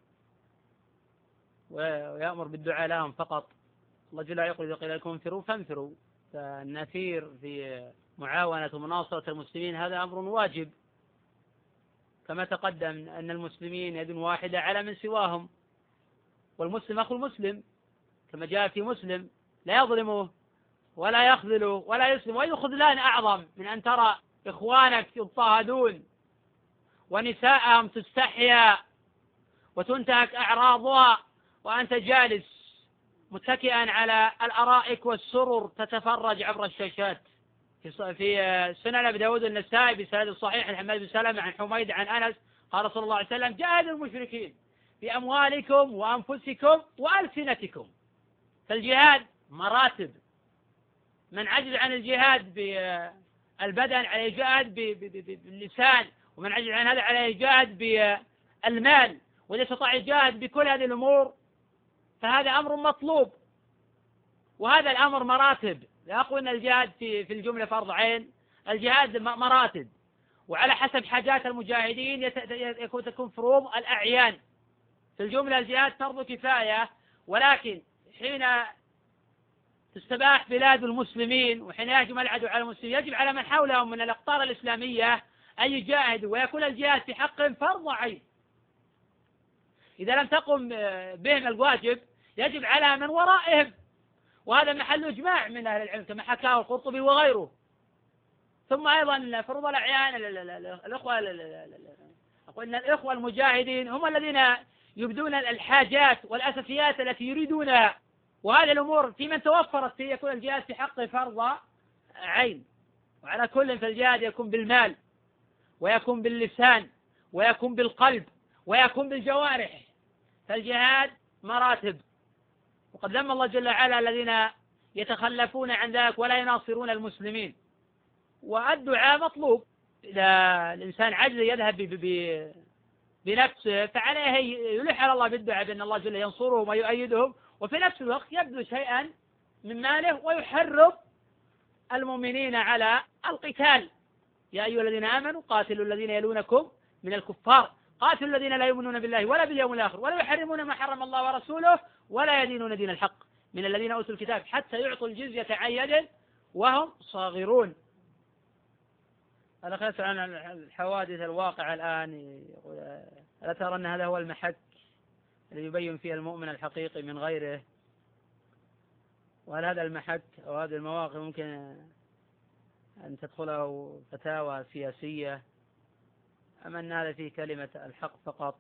ويأمر بالدعاء لهم فقط؟ الله جل وعلا يقول إذا قيل لكم انفروا فانفروا، فالنفير في معاونة ومناصرة المسلمين هذا أمر واجب، كما تقدم أن المسلمين يد واحدة على من سواهم، والمسلم أخو المسلم كما جاء في مسلم لا يظلمه ولا يخذله ولا يسلم. وأي خذلان أعظم من أن ترى إخوانك يضطهدون ونساءهم تستحيا وتنتهك أعراضها وأنت جالس متكئا على الأرائك والسرر تتفرج عبر الشاشات. في سنن أبي داود النسائي بسند الصحيح عن حماد بن سلمة عن حميد عن أنس قال صلى الله عليه وسلم جاهدوا المشركين بأموالكم وأنفسكم وألسنتكم. فالجهاد مراتب، من عجز عن الجهاد بالبدن عليه يجاهد باللسان، ومن عجز عن هذا عليه يجاهد بالمال، وإذا استطاع يجاهد بكل هذه الأمور فهذا أمر مطلوب، وهذا الأمر مراتب. لا أقول أن الجهاد في الجملة فرض عين، الجهاد مراتب، وعلى حسب حاجات المجاهدين تكون فروض الأعيان. في الجملة الجهاد فرض كفاية، ولكن حين تستباح بلاد المسلمين وحين يهجم العدو على المسلمين يجب على من حولهم من الأقطار الإسلامية أن يجاهدوا، ويكون الجهاد في حقهم فرض عين. إذا لم تقم بهم الواجب يجب على من ورائهم، وهذا محل إجماع من أهل العلم كما حكاه القرطبي وغيره. ثم أيضا فروض الأعيان الإخوة المجاهدين هم الذين يبدون الحاجات والأساسيات التي يريدونها، وهذه الأمور في من توفرت فيه يكون الجهاد في حقه فرض عين. وعلى كل فالجهاد يكون بالمال ويكون باللسان ويكون بالقلب ويكون بالجوارح، فالجهاد مراتب. وقد ذم الله جل وعلا الذين يتخلفون عن ذلك ولا يناصرون المسلمين. والدعاء مطلوب، إذا الإنسان عجز يذهب بنفسه فعليه يلح على الله بالدعاء بأن الله جل ينصرهم ويؤيدهم، وفي نفس الوقت يبذل شيئا من ماله ويحرض المؤمنين على القتال. يا أيها الذين آمنوا قاتلوا الذين يلونكم من الكفار، قاتلوا الذين لا يؤمنون بالله ولا باليوم الآخر ولا يحرمون ما حرم الله ورسوله ولا يدينون دين الحق من الذين أوتوا الكتاب حتى يعطوا الجزية عن يد وهم صاغرون. الأخ يسأل عن الحوادث الواقعة الآن، ألا ترى أن هذا هو المحك الذي يبين فيه المؤمن الحقيقي من غيره؟ وهل هذا المحك أو هذه المواقف ممكن أن تدخله فتاوى سياسية، أم أن هذا فيه كلمة الحق فقط؟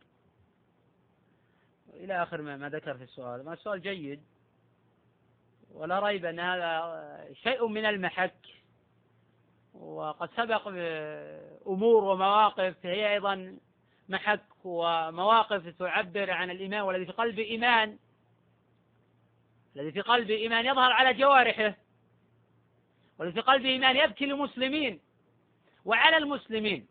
إلى آخر ما ذكر في السؤال. ما السؤال جيد، ولا ريب أن هذا شيء من المحك، وقد سبق أمور ومواقف هي أيضا محك ومواقف تعبر عن الإيمان، والذي في قلب إيمان، الذي في قلب إيمان يظهر على جوارحه، والذي في قلب إيمان يبكي للمسلمين وعلى المسلمين.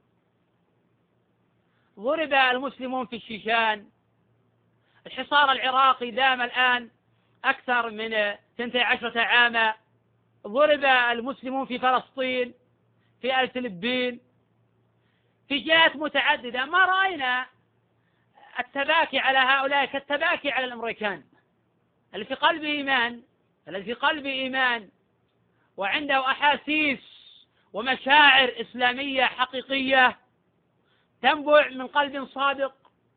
ضرب المسلمون في الشيشان، الحصار العراقي دام الآن أكثر من 12 عاما، ضرب المسلمون في فلسطين، في الفلبين، في جهات متعددة. ما رأينا التباكي على هؤلاء كالتباكي على الأمريكان. الذي في قلبه إيمان، الذي في قلبه إيمان وعنده أحاسيس ومشاعر إسلامية حقيقية تنبع من قلب صادق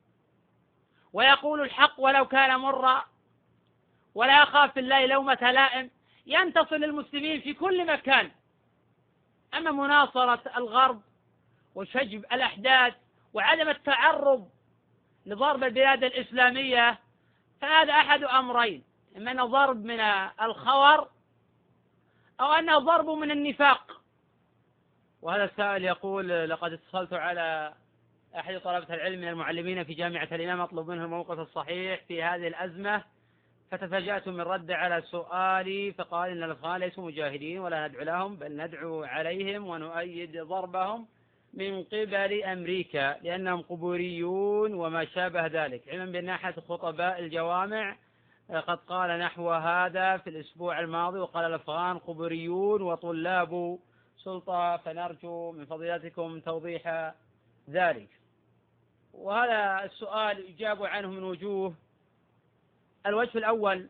ويقول الحق ولو كان مرا ولا يخاف في الله لومة لائم، ينتصر للمسلمين في كل مكان. أما مناصرة الغرب وشجب الأحداث وعدم التعرض لضرب البلاد الإسلامية فهذا أحد أمرين: إما أنه ضرب من الخور أو أنه ضرب من النفاق. وهذا السائل يقول: لقد اتصلت على أحد طلبة العلم من المعلمين في جامعة الإمام أطلب منه الموقف الصحيح في هذه الأزمة، فتفاجأت من رد على سؤالي فقال إن الأفغان ليسوا مجاهدين ولا ندعو لهم، بل ندعو عليهم ونؤيد ضربهم من قبل أمريكا لأنهم قبوريون وما شابه ذلك، علما بأن ناحية خطباء الجوامع قد قال نحو هذا في الأسبوع الماضي، وقال الأفغان قبوريون وطلاب سلطة، فنرجو من فضيلتكم توضيح ذلك. وهذا السؤال يجاب عنه من وجوه. الوجه الأول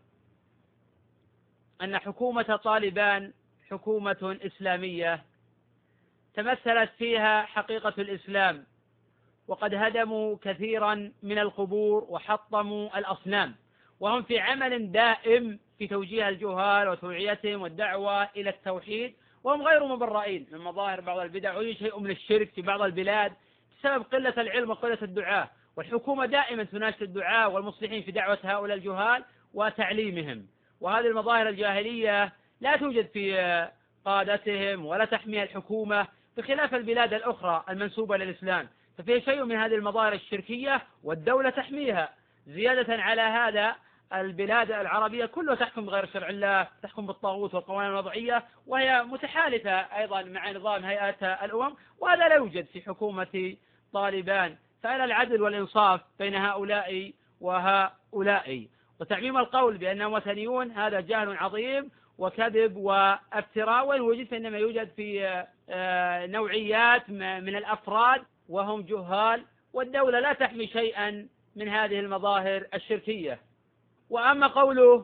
أن حكومة طالبان حكومة إسلامية تمثلت فيها حقيقة الإسلام، وقد هدموا كثيرا من القبور وحطموا الأصنام، وهم في عمل دائم في توجيه الجهال وتوعيتهم والدعوة إلى التوحيد، وهم غير مبرئين من مظاهر بعض البدع، ويوجد شيء من الشرك في بعض البلاد بسبب قلة العلم وقلة الدعاة، والحكومة دائما تناشد الدعاة والمصلحين في دعوة هؤلاء الجهال وتعليمهم. وهذه المظاهر الجاهلية لا توجد في قادتهم ولا تحميها الحكومة، بخلاف البلاد الأخرى المنسوبة للإسلام ففيه شيء من هذه المظاهر الشركية والدولة تحميها. زيادة على هذا البلاد العربية كلها تحكم بغير شرع الله، تحكم بالطاغوت والقوانين الوضعية، وهي متحالفة أيضا مع نظام هيئات الأمم، وهذا لا يوجد في حكومة طالبان. فإلى العدل والإنصاف بين هؤلاء وهؤلاء. وتعميم القول بأنهم وثنيون هذا جهل عظيم وكذب وافتراء، وإن وجد فإنما يوجد في نوعيات من الأفراد وهم جهال، والدولة لا تحمي شيئا من هذه المظاهر الشركية. وأما قوله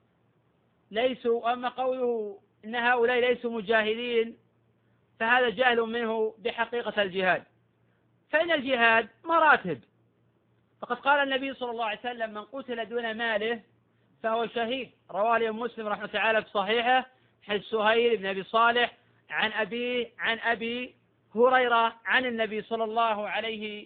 إن هؤلاء ليسوا مجاهدين فهذا جهل منه بحقيقة الجهاد، فإن الجهاد مراتب، فقد قال النبي صلى الله عليه وسلم: من قتل دون ماله فهو شهيد. رواه الإمام مسلم رحمه تعالى في صحيحه حديث سهيل بن أبي صالح عن أبيه عن أبي هريرة عن النبي صلى الله عليه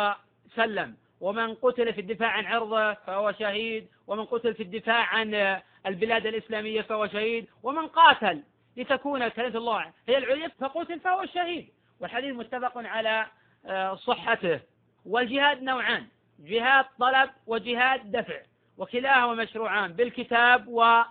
وسلم: ومن قتل في الدفاع عن عرضه فهو شهيد، ومن قتل في الدفاع عن البلاد الإسلامية فهو شهيد، ومن قاتل لتكون كلمة الله هي العليا فقتل فهو شهيد. والحديث متفق على صحته. والجهاد نوعان: جهاد طلب وجهاد دفع، وكلاهما مشروعان بالكتاب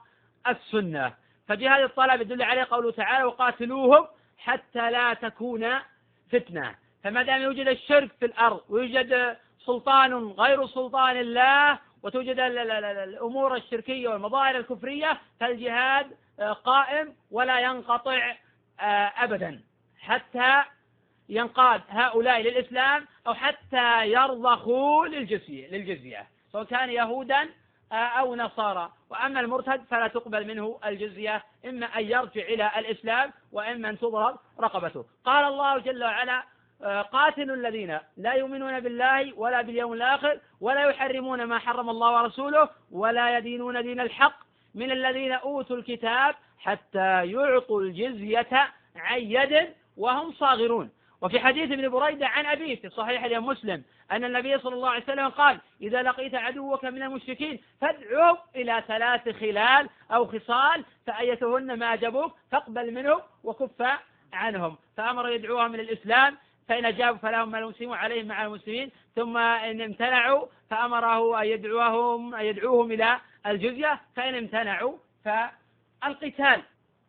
والسنة. فجهاد الطلب يدل عليه قوله تعالى: وقاتلوهم حتى لا تكون فتنة. فما دام يوجد الشرك في الأرض ويوجد سلطان غير سلطان الله وتوجد الأمور الشركية والمظاهر الكفرية فالجهاد قائم ولا ينقطع أبدا حتى ينقاد هؤلاء للإسلام أو حتى يرضخوا للجزية سواء كان يهودا أو نصارى. وأما المرتد فلا تقبل منه الجزية، إما أن يرجع إلى الإسلام وإما أن تضرب رقبته. قال الله جل وعلا: قاتلوا الذين لا يؤمنون بالله ولا باليوم الآخر ولا يحرمون ما حرم الله ورسوله ولا يدينون دين الحق من الذين أوتوا الكتاب حتى يعطوا الجزية عن يد وهم صاغرون. وفي حديث ابن بريدة عن أبيه في صحيح الإمام مسلم أن النبي صلى الله عليه وسلم قال: إذا لقيت عدوك من المشركين فادعوه إلى 3 خلال أو خصال فأيتهن ما أعجبوك فاقبل منه وكف عنهم. فأمر يدعوهم إلى الإسلام، فإن أجابوا فلهم ما المسلمون عليهم مع المسلمين، ثم إن امتنعوا فأمره أن يدعوهم إلى الجزية، فإن امتنعوا فالقتال.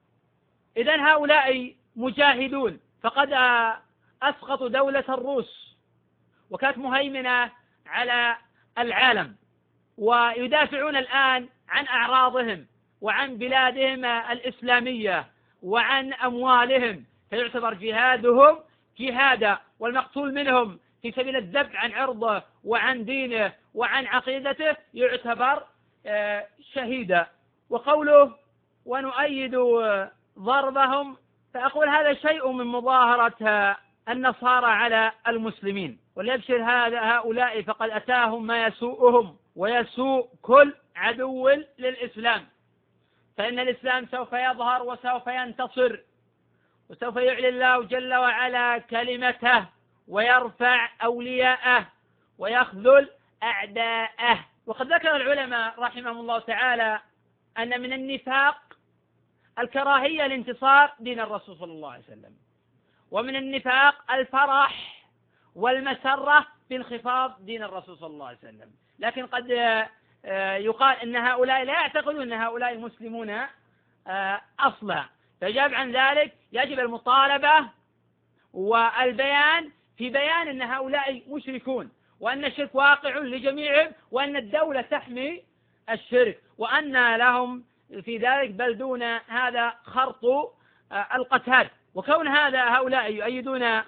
إذن هؤلاء مجاهدون، فقد أسقطوا دولة الروس وكانت مهيمنة على العالم، ويدافعون الآن عن أعراضهم وعن بلادهم الإسلامية وعن أموالهم، فيعتبر جهادهم جهادا، والمقتول منهم في سبيل الذب عن عرضه وعن دينه وعن عقيدته يعتبر شهيدا. وقوله ونؤيد ضربهم فأقول هذا شيء من مظاهرة النصارى على المسلمين، وليبشر هؤلاء فقد أتاهم ما يسوءهم ويسوء كل عدو للإسلام، فإن الإسلام سوف يظهر وسوف ينتصر، وسوف يعلي الله جل وعلا كلمته ويرفع أولياءه ويخذل أعداءه. وقد ذكر العلماء رحمهم الله تعالى أن من النفاق الكراهية لانتصار دين الرسول صلى الله عليه وسلم، ومن النفاق الفرح والمسرة بانخفاض دين الرسول صلى الله عليه وسلم. لكن قد يقال أن هؤلاء لا يعتقدون أن هؤلاء مسلمون أصلا، فجاب عن ذلك يجب المطالبة والبيان في بيان أن هؤلاء مشركون، وأن الشرك واقع لجميعهم، وأن الدولة تحمي الشرك، وأن لهم في ذلك بل دون هذا خرط القتال. وكون هؤلاء يؤيدون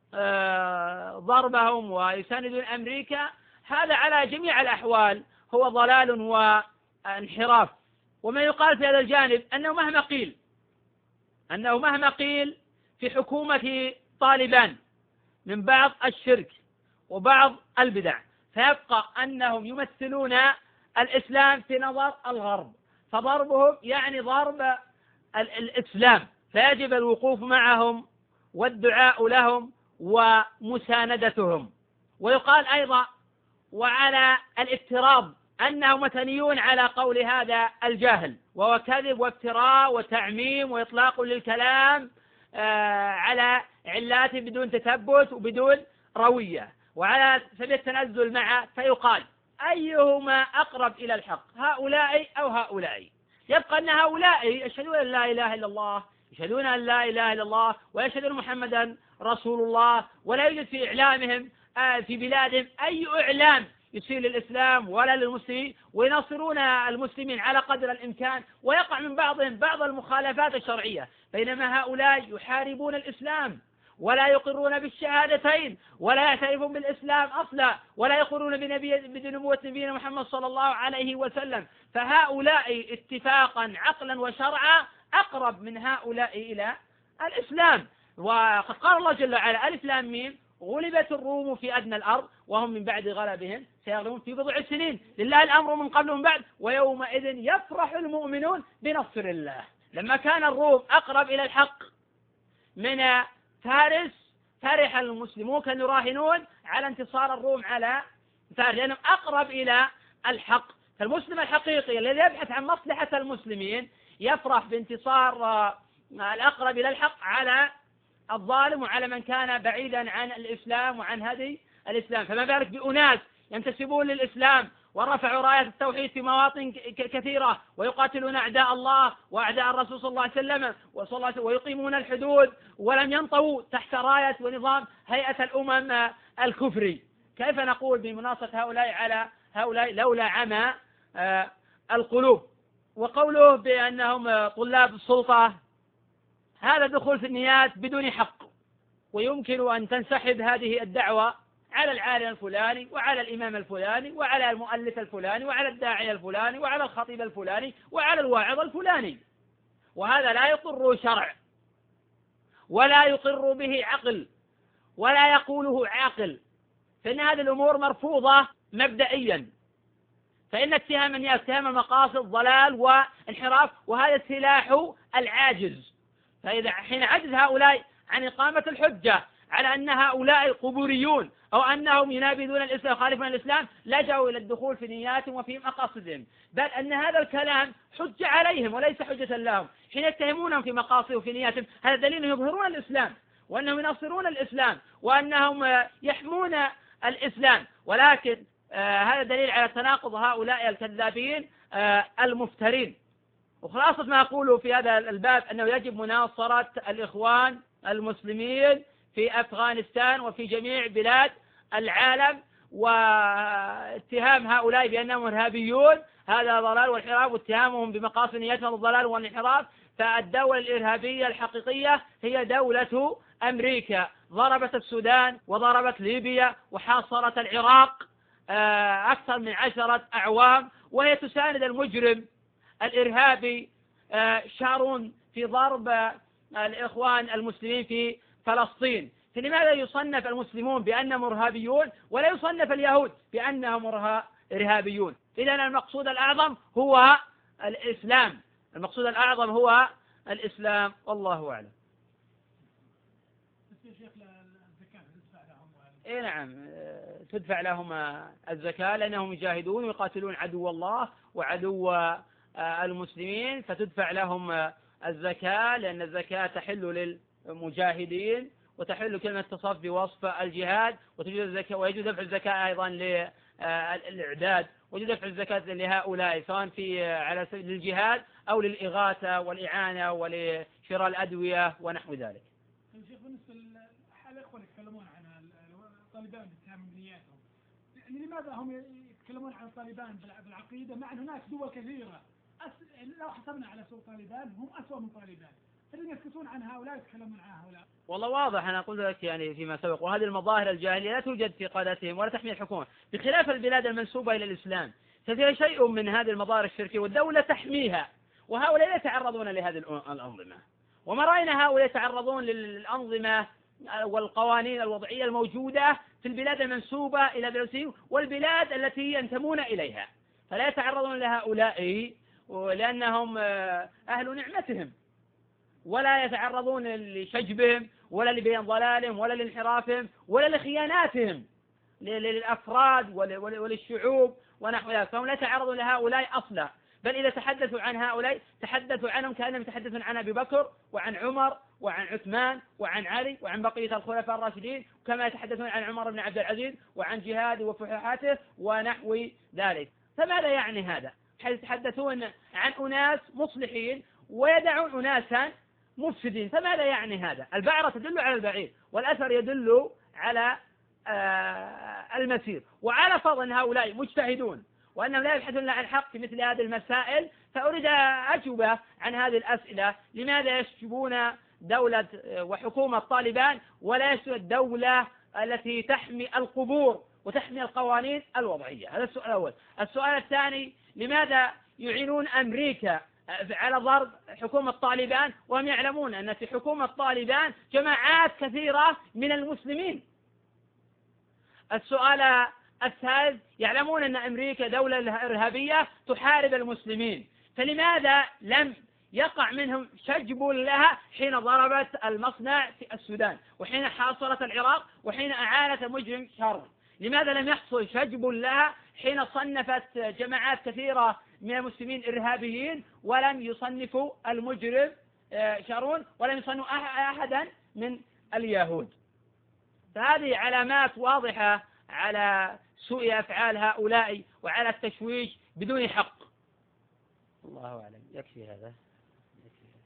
ضربهم ويساندون أمريكا، هذا على جميع الأحوال هو ضلال وانحراف. وما يقال في هذا الجانب أنه مهما قيل في حكومة طالبان من بعض الشرك وبعض البدع، فيبقى أنهم يمثلون الإسلام في نظر الغرب، فضربهم يعني ضرب الإسلام، فيجب الوقوف معهم والدعاء لهم ومساندتهم. ويقال أيضا وعلى الافتراض أنهم مثنيون على قول هذا الجاهل، وهو كذب وافتراء وتعميم وإطلاق للكلام على علات بدون تثبت وبدون روية وعلى سبيل التنزل معه، فيقال أيهما أقرب إلى الحق، هؤلاء أو هؤلاء؟ يبقى أن هؤلاء يشهدون أن لا إله إلا الله، يشهدون أن لا إله إلا الله ويشهدون محمدا رسول الله، ولا يوجد في إعلامهم في بلادهم أي إعلام يسيء للإسلام ولا للمسلمين، وينصرون المسلمين على قدر الإمكان، ويقع من بعضهم بعض المخالفات الشرعية، بينما هؤلاء يحاربون الإسلام ولا يقرون بالشهادتين ولا يعترفون بالإسلام أصلا ولا يقرون بنبوة نبينا محمد صلى الله عليه وسلم. فهؤلاء اتفاقا عقلا وشرعا أقرب من هؤلاء إلى الإسلام. وقد قال الله جل وعلا ألف لام ميم غلبت الروم في أدنى الأرض وهم من بعد غلبهم سيغلبون في بضع سنين لله الأمر من قبل ومن بعد ويومئذ يفرح المؤمنون بنصر الله. لما كان الروم أقرب إلى الحق من فارس فرح المسلمون، كانوا يراهنون على انتصار الروم على فارس لأنهم أقرب إلى الحق. فالمسلم الحقيقي الذي يبحث عن مصلحة المسلمين يفرح بانتصار الأقرب إلى الحق على الظالم وعلى من كان بعيدا عن الإسلام وعن هدي الإسلام. فما بالك بأناس ينتسبون للإسلام ورفعوا راية التوحيد في مواطن كثيرة ويقاتلون أعداء الله وأعداء الرسول صلى الله عليه وسلم ويقيمون الحدود ولم ينطووا تحت راية ونظام هيئة الأمم الكفري. كيف نقول بمناصرة هؤلاء على هؤلاء لولا عمى القلوب؟ وقوله بأنهم طلاب السلطة هذا دخول في النيات بدون حق، ويمكن أن تنسحب هذه الدعوة على العالم الفلاني وعلى الإمام الفلاني وعلى المؤلف الفلاني وعلى الداعية الفلاني وعلى الخطيب الفلاني وعلى الواعظ الفلاني، وهذا لا يقر شرع ولا يقر به عقل ولا يقوله عاقل، فإن هذه الأمور مرفوضة مبدئيا. فإن اتهام الناس اتهام المقاصد ضلال وانحراف، وهذا سلاح العاجز. فإذا حين عجز هؤلاء عن إقامة الحجة على أن هؤلاء قبوريون أو أنهم ينابذون الإسلام ويخالفون الإسلام لجأوا إلى الدخول في نياتهم وفي مقاصدهم، بل أن هذا الكلام حجة عليهم وليس حجة لهم. حين يتهمونهم في مقاصدهم وفي نياتهم هذا دليل يظهرون الإسلام وأنهم ينصرون الإسلام وأنهم يحمون الإسلام، ولكن هذا دليل على تناقض هؤلاء الكذابين المفترين. وخلاصة ما أقوله في هذا الباب أنه يجب مناصرة الإخوان المسلمين في أفغانستان وفي جميع بلاد العالم، واتهام هؤلاء بأنهم إرهابيون هذا ضلال وانحراف، واتهامهم بمقاصد نيتهم الضلال والانحراف. فالدولة الإرهابية الحقيقية هي دولة أمريكا، ضربت السودان وضربت ليبيا وحاصرت العراق أكثر من 10 أعوام، وهي تساند المجرم الإرهابي شارون في ضرب الإخوان المسلمين في فلسطين، فلماذا يصنف المسلمون بأنهم إرهابيون ولا يصنف اليهود بأنهم إرهابيون؟ إذن المقصود الأعظم هو الإسلام، المقصود الأعظم هو الإسلام، والله أعلم. إيه نعم، تدفع لهم الزكاة لأنهم يجاهدون ويقاتلون عدو الله وعدو المسلمين، فتدفع لهم الزكاة لأن الزكاة تحل للمجاهدين وتحل كلمة تصف بوصف الجهاد، ويجوز دفع الزكاة أيضا للإعداد، ويجوز دفع الزكاة لهؤلاء سواء على سبيل الجهاد أو للإغاثة والإعانة ولشراء الأدوية ونحو ذلك. شيخ، بالنسبة للإخوة يتكلمون عن الطالبان بتامينياتهم، يعني لماذا هم يتكلمون عن الطالبان بالعقيدة مع أن هناك دول كثيرة لو حسبنا على سوء طالبان هم أسوأ من طالبان، فلن يسكتون عن هؤلاء يتكلمون عن هؤلاء؟ والله واضح، أنا قلت لك يعني فيما سبق، وهذه المظاهر الجاهلية لا توجد في قادتهم ولا تحمي الحكومة، بخلاف البلاد المنسوبة إلى الإسلام ففيها شيء من هذه المظاهر الشركية والدولة تحميها، وهؤلاء لا يتعرضون لهذه الأنظمة. وما رأينا هؤلاء يتعرضون للأنظمة والقوانين الوضعية الموجودة في البلاد المنسوبة إلى الإسلام والبلاد التي ينتمون إليها، فلا يتعرضون لهؤلاء لأنهم أهل نعمتهم، ولا يتعرضون لشجبهم ولا لبيان ضلالهم ولا لانحرافهم ولا لخياناتهم للأفراد وللشعوب ونحو ذلك، فهم لا يتعرضون لهؤلاء أصلا، بل إذا تحدثوا عن هؤلاء تحدثوا عنهم كأنهم يتحدثون عن أبي بكر وعن عمر وعن عثمان وعن علي وعن بقية الخلفاء الراشدين، كما يتحدثون عن عمر بن عبد العزيز وعن جهاده وفحوحاته ونحو ذلك. فماذا يعني هذا؟ حيث يتحدثون عن أناس مصلحين ويدعون أناسا مفسدين، فماذا يعني هذا؟ البعرة تدل على البعير والأثر يدل على المسير، وعلى فرض أن هؤلاء مجتهدون وأنهم لا يبحثون عن الحق في مثل هذه المسائل، فأريد أجوبة عن هذه الأسئلة: لماذا يشجبون دولة وحكومة طالبان ولا يشجبون الدولة التي تحمي القبور وتحمي القوانين الوضعية؟ هذا السؤال الأول. السؤال الثاني: لماذا يعينون أمريكا على ضرب حكومة طالبان وهم يعلمون أن في حكومة طالبان جماعات كثيرة من المسلمين؟ السؤال الثالث: يعلمون أن أمريكا دولة إرهابية تحارب المسلمين، فلماذا لم يقع منهم شجب لها حين ضربت المصنع في السودان وحين حاصرت العراق وحين أعانت مجرم شارون؟ لماذا لم يحصل شجب لها حين صنفت جماعات كثيرة من المسلمين إرهابيين ولم يصنفوا المجرم شارون ولم يصنفوا أحدا من اليهود؟ فهذه علامات واضحة على سوء أفعال هؤلاء وعلى التشويش بدون حق. الله أعلم، يكفي هذا.